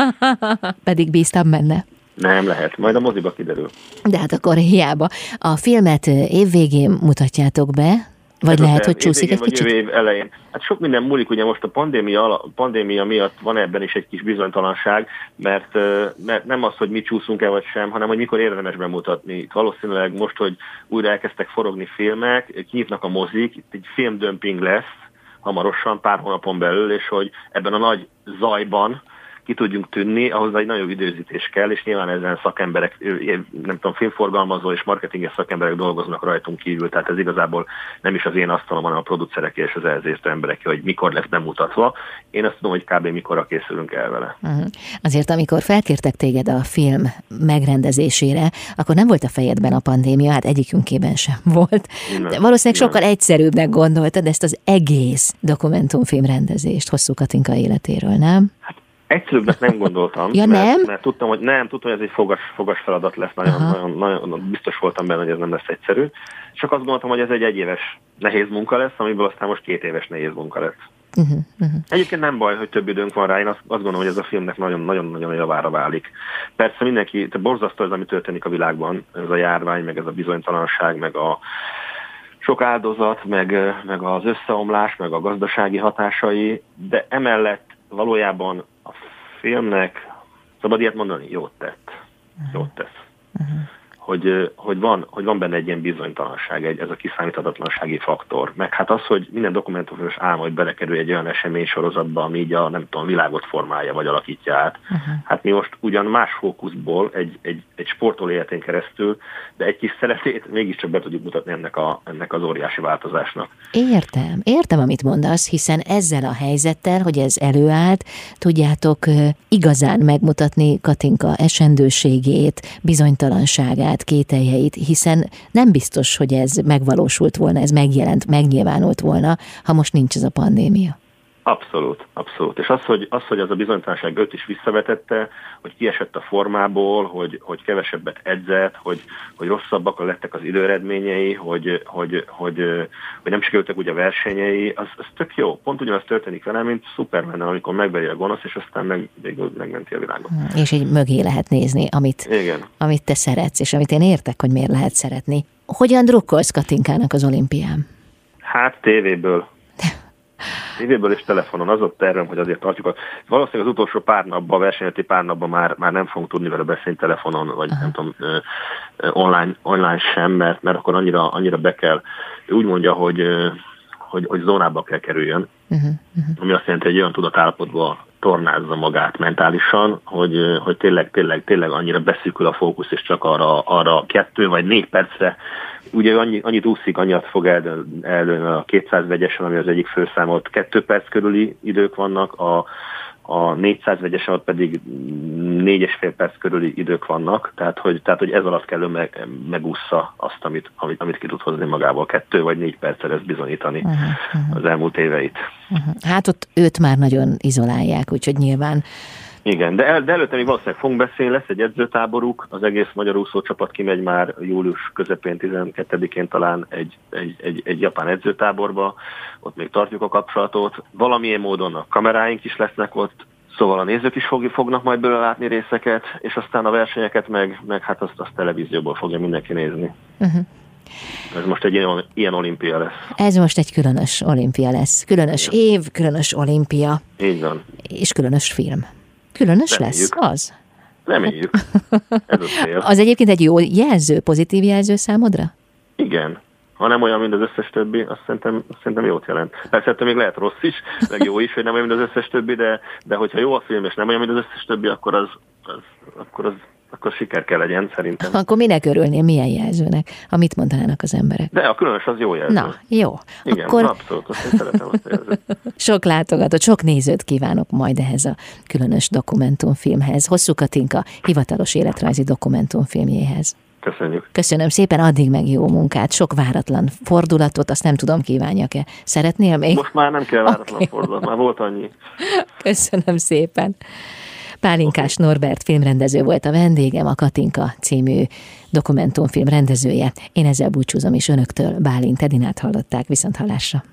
Pedig bíztam benne. Nem lehet, majd a moziba kiderül. De hát akkor hiába. A filmet évvégén mutatjátok be, vagy lehet, hogy csúszik egy kicsit? Év elején. Hát sok minden múlik, ugye most a pandémia miatt van ebben is egy kis bizonytalanság, mert nem az, hogy mi csúszunk-e vagy sem, hanem hogy mikor érdemes bemutatni. Itt valószínűleg most, hogy újra elkezdtek forogni filmek, kinyitnak a mozik, itt egy filmdömping lesz hamarosan, pár hónapon belül, és hogy ebben a nagy zajban ki tudjunk tűnni, ahhoz egy nagyobb időzítés kell, és nyilván ezen szakemberek, nem tudom, filmforgalmazó és marketinges szakemberek dolgoznak rajtunk kívül, tehát ez igazából nem is az én asztalom, hanem a producerek és az elzértő emberek, hogy mikor lesz bemutatva. Én azt tudom, hogy kb. Mikorra készülünk el vele. Azért, amikor felkértek téged a film megrendezésére, akkor nem volt a fejedben a pandémia, hát egyikünkében sem volt. De valószínűleg sokkal egyszerűbbnek gondoltad ezt az egész dokumentumfilm rendezést Hosszú Katinka életéről, nem? Hát egyszerűbbnek nem gondoltam, mert tudtam, hogy ez egy fogas feladat lesz, nagyon biztos voltam benne, hogy ez nem lesz egyszerű. Csak azt gondoltam, hogy ez egy egyéves nehéz munka lesz, amiből aztán most 2 éves nehéz munka lesz. Egyébként nem baj, hogy több időnk van rá, én azt gondolom, hogy ez a filmnek nagyon-nagyon javára válik. Persze mindenki, borzasztó ez, ami történik a világban, ez a járvány, meg ez a bizonytalanság, meg a sok áldozat, meg az összeomlás, meg a gazdasági hatásai, de emellett valójában a filmnek, szabad ilyet mondani, jót tesz. hogy van benne egy ilyen bizonytalanság, ez a kiszámíthatatlansági faktor. Meg hát az, hogy minden dokumentumfilmes álma, hogy belekerül egy olyan esemény sorozatba, ami így a világot formálja, vagy alakítja át. Hát mi most ugyan más fókuszból, egy sportoló életén keresztül, de egy kis szeretét mégiscsak be tudjuk mutatni ennek az óriási változásnak. Értem, amit mondasz, hiszen ezzel a helyzettel, hogy ez előállt, tudjátok igazán megmutatni Katinka esendőségét, bizonytalanságát, kételjeit, hiszen nem biztos, hogy ez megvalósult volna, ez megnyilvánult volna, ha most nincs ez a pandémia. Abszolút. És az, hogy az a bizonytalanság őt is visszavetette, hogy kiesett a formából, hogy kevesebbet edzett, hogy rosszabbak lettek az időeredményei, hogy nem sikerültek ugye a versenyei, az tök jó. Pont ugyanaz történik vele, mint Superman, amikor megveri a gonosz, és aztán megmenti a világot. És így mögé lehet nézni, amit te szeretsz, és amit én értek, hogy miért lehet szeretni. Hogyan drukkolsz Katinkának az olimpián? Hát tévéből és telefonon. Az ott tervem, hogy azért tartjuk. Valószínűleg az utolsó pár napban, versenyeti pár napban már nem fogunk tudni vele beszélni telefonon, vagy nem tudom, online sem, mert akkor annyira be kell. Ő úgy mondja, hogy zónába kell kerüljön, ami azt jelenti, hogy egy olyan tudatállapotba tornázza magát mentálisan, hogy tényleg annyira beszűkül a fókusz, és csak arra 2 vagy 4 percre, ugye annyit úszik, annyit fog eldőlni a 200 vegyesen, ami az egyik főszámolt, 2 perc körüli idők vannak, a 400 vegyesen ott pedig 4,5 perc körüli idők vannak, tehát hogy ez alatt kell megúszza azt, amit ki tud hozni magából. 2 vagy 4 perccel ezt bizonyítani az elmúlt éveit. Hát ott őt már nagyon izolálják, úgyhogy nyilván. Igen, de előtte még valószínűleg fogunk beszélni, lesz egy edzőtáboruk, az egész magyar úszócsapat kimegy már július közepén, 12-én talán egy japán edzőtáborba, ott még tartjuk a kapcsolatot. Valamilyen módon a kameráink is lesznek ott, szóval a nézők is fognak majd belőle látni részeket, és aztán a versenyeket meg hát azt televízióból fogja mindenki nézni. Ez most egy ilyen olimpia lesz. Ez most egy különös olimpia lesz. Különös év, különös olimpia. Így van. És különös film. Különös reméljük. Lesz az? Reméljük. Ez a cél. Az egyébként egy jó jelző, pozitív jelző számodra? Igen. Ha nem olyan, mint az összes többi, azt szerintem jót jelent. Persze ettől még lehet rossz is, meg jó is, hogy nem olyan, mint az összes többi, de hogyha jó a film, és nem olyan, mint az összes többi, akkor siker kell legyen, szerintem. Akkor minek örülnél, milyen jelzőnek? Mit mondanának az emberek? De a különös az jó jelző. Na, jó. Igen, akkor... abszolút, azt én szeretem azt a jelzőt. Sok látogatót, sok nézőt kívánok majd ehhez a különös dokumentumfilmhez. Hosszú Katinka hivatalos életrajzi dokumentumfilmjéhez. Köszönjük. Köszönöm szépen, addig meg jó munkát, sok váratlan fordulatot, azt nem tudom, kívánjak-e. Szeretnél még? Most már nem kell váratlan fordulat, már volt annyi. Köszönöm szépen. Pálinkás Norbert filmrendező volt a vendégem, a Katinka című dokumentumfilm rendezője. Én ezzel búcsúzom is önöktől, Bálint Edinát hallották, viszonthallásra.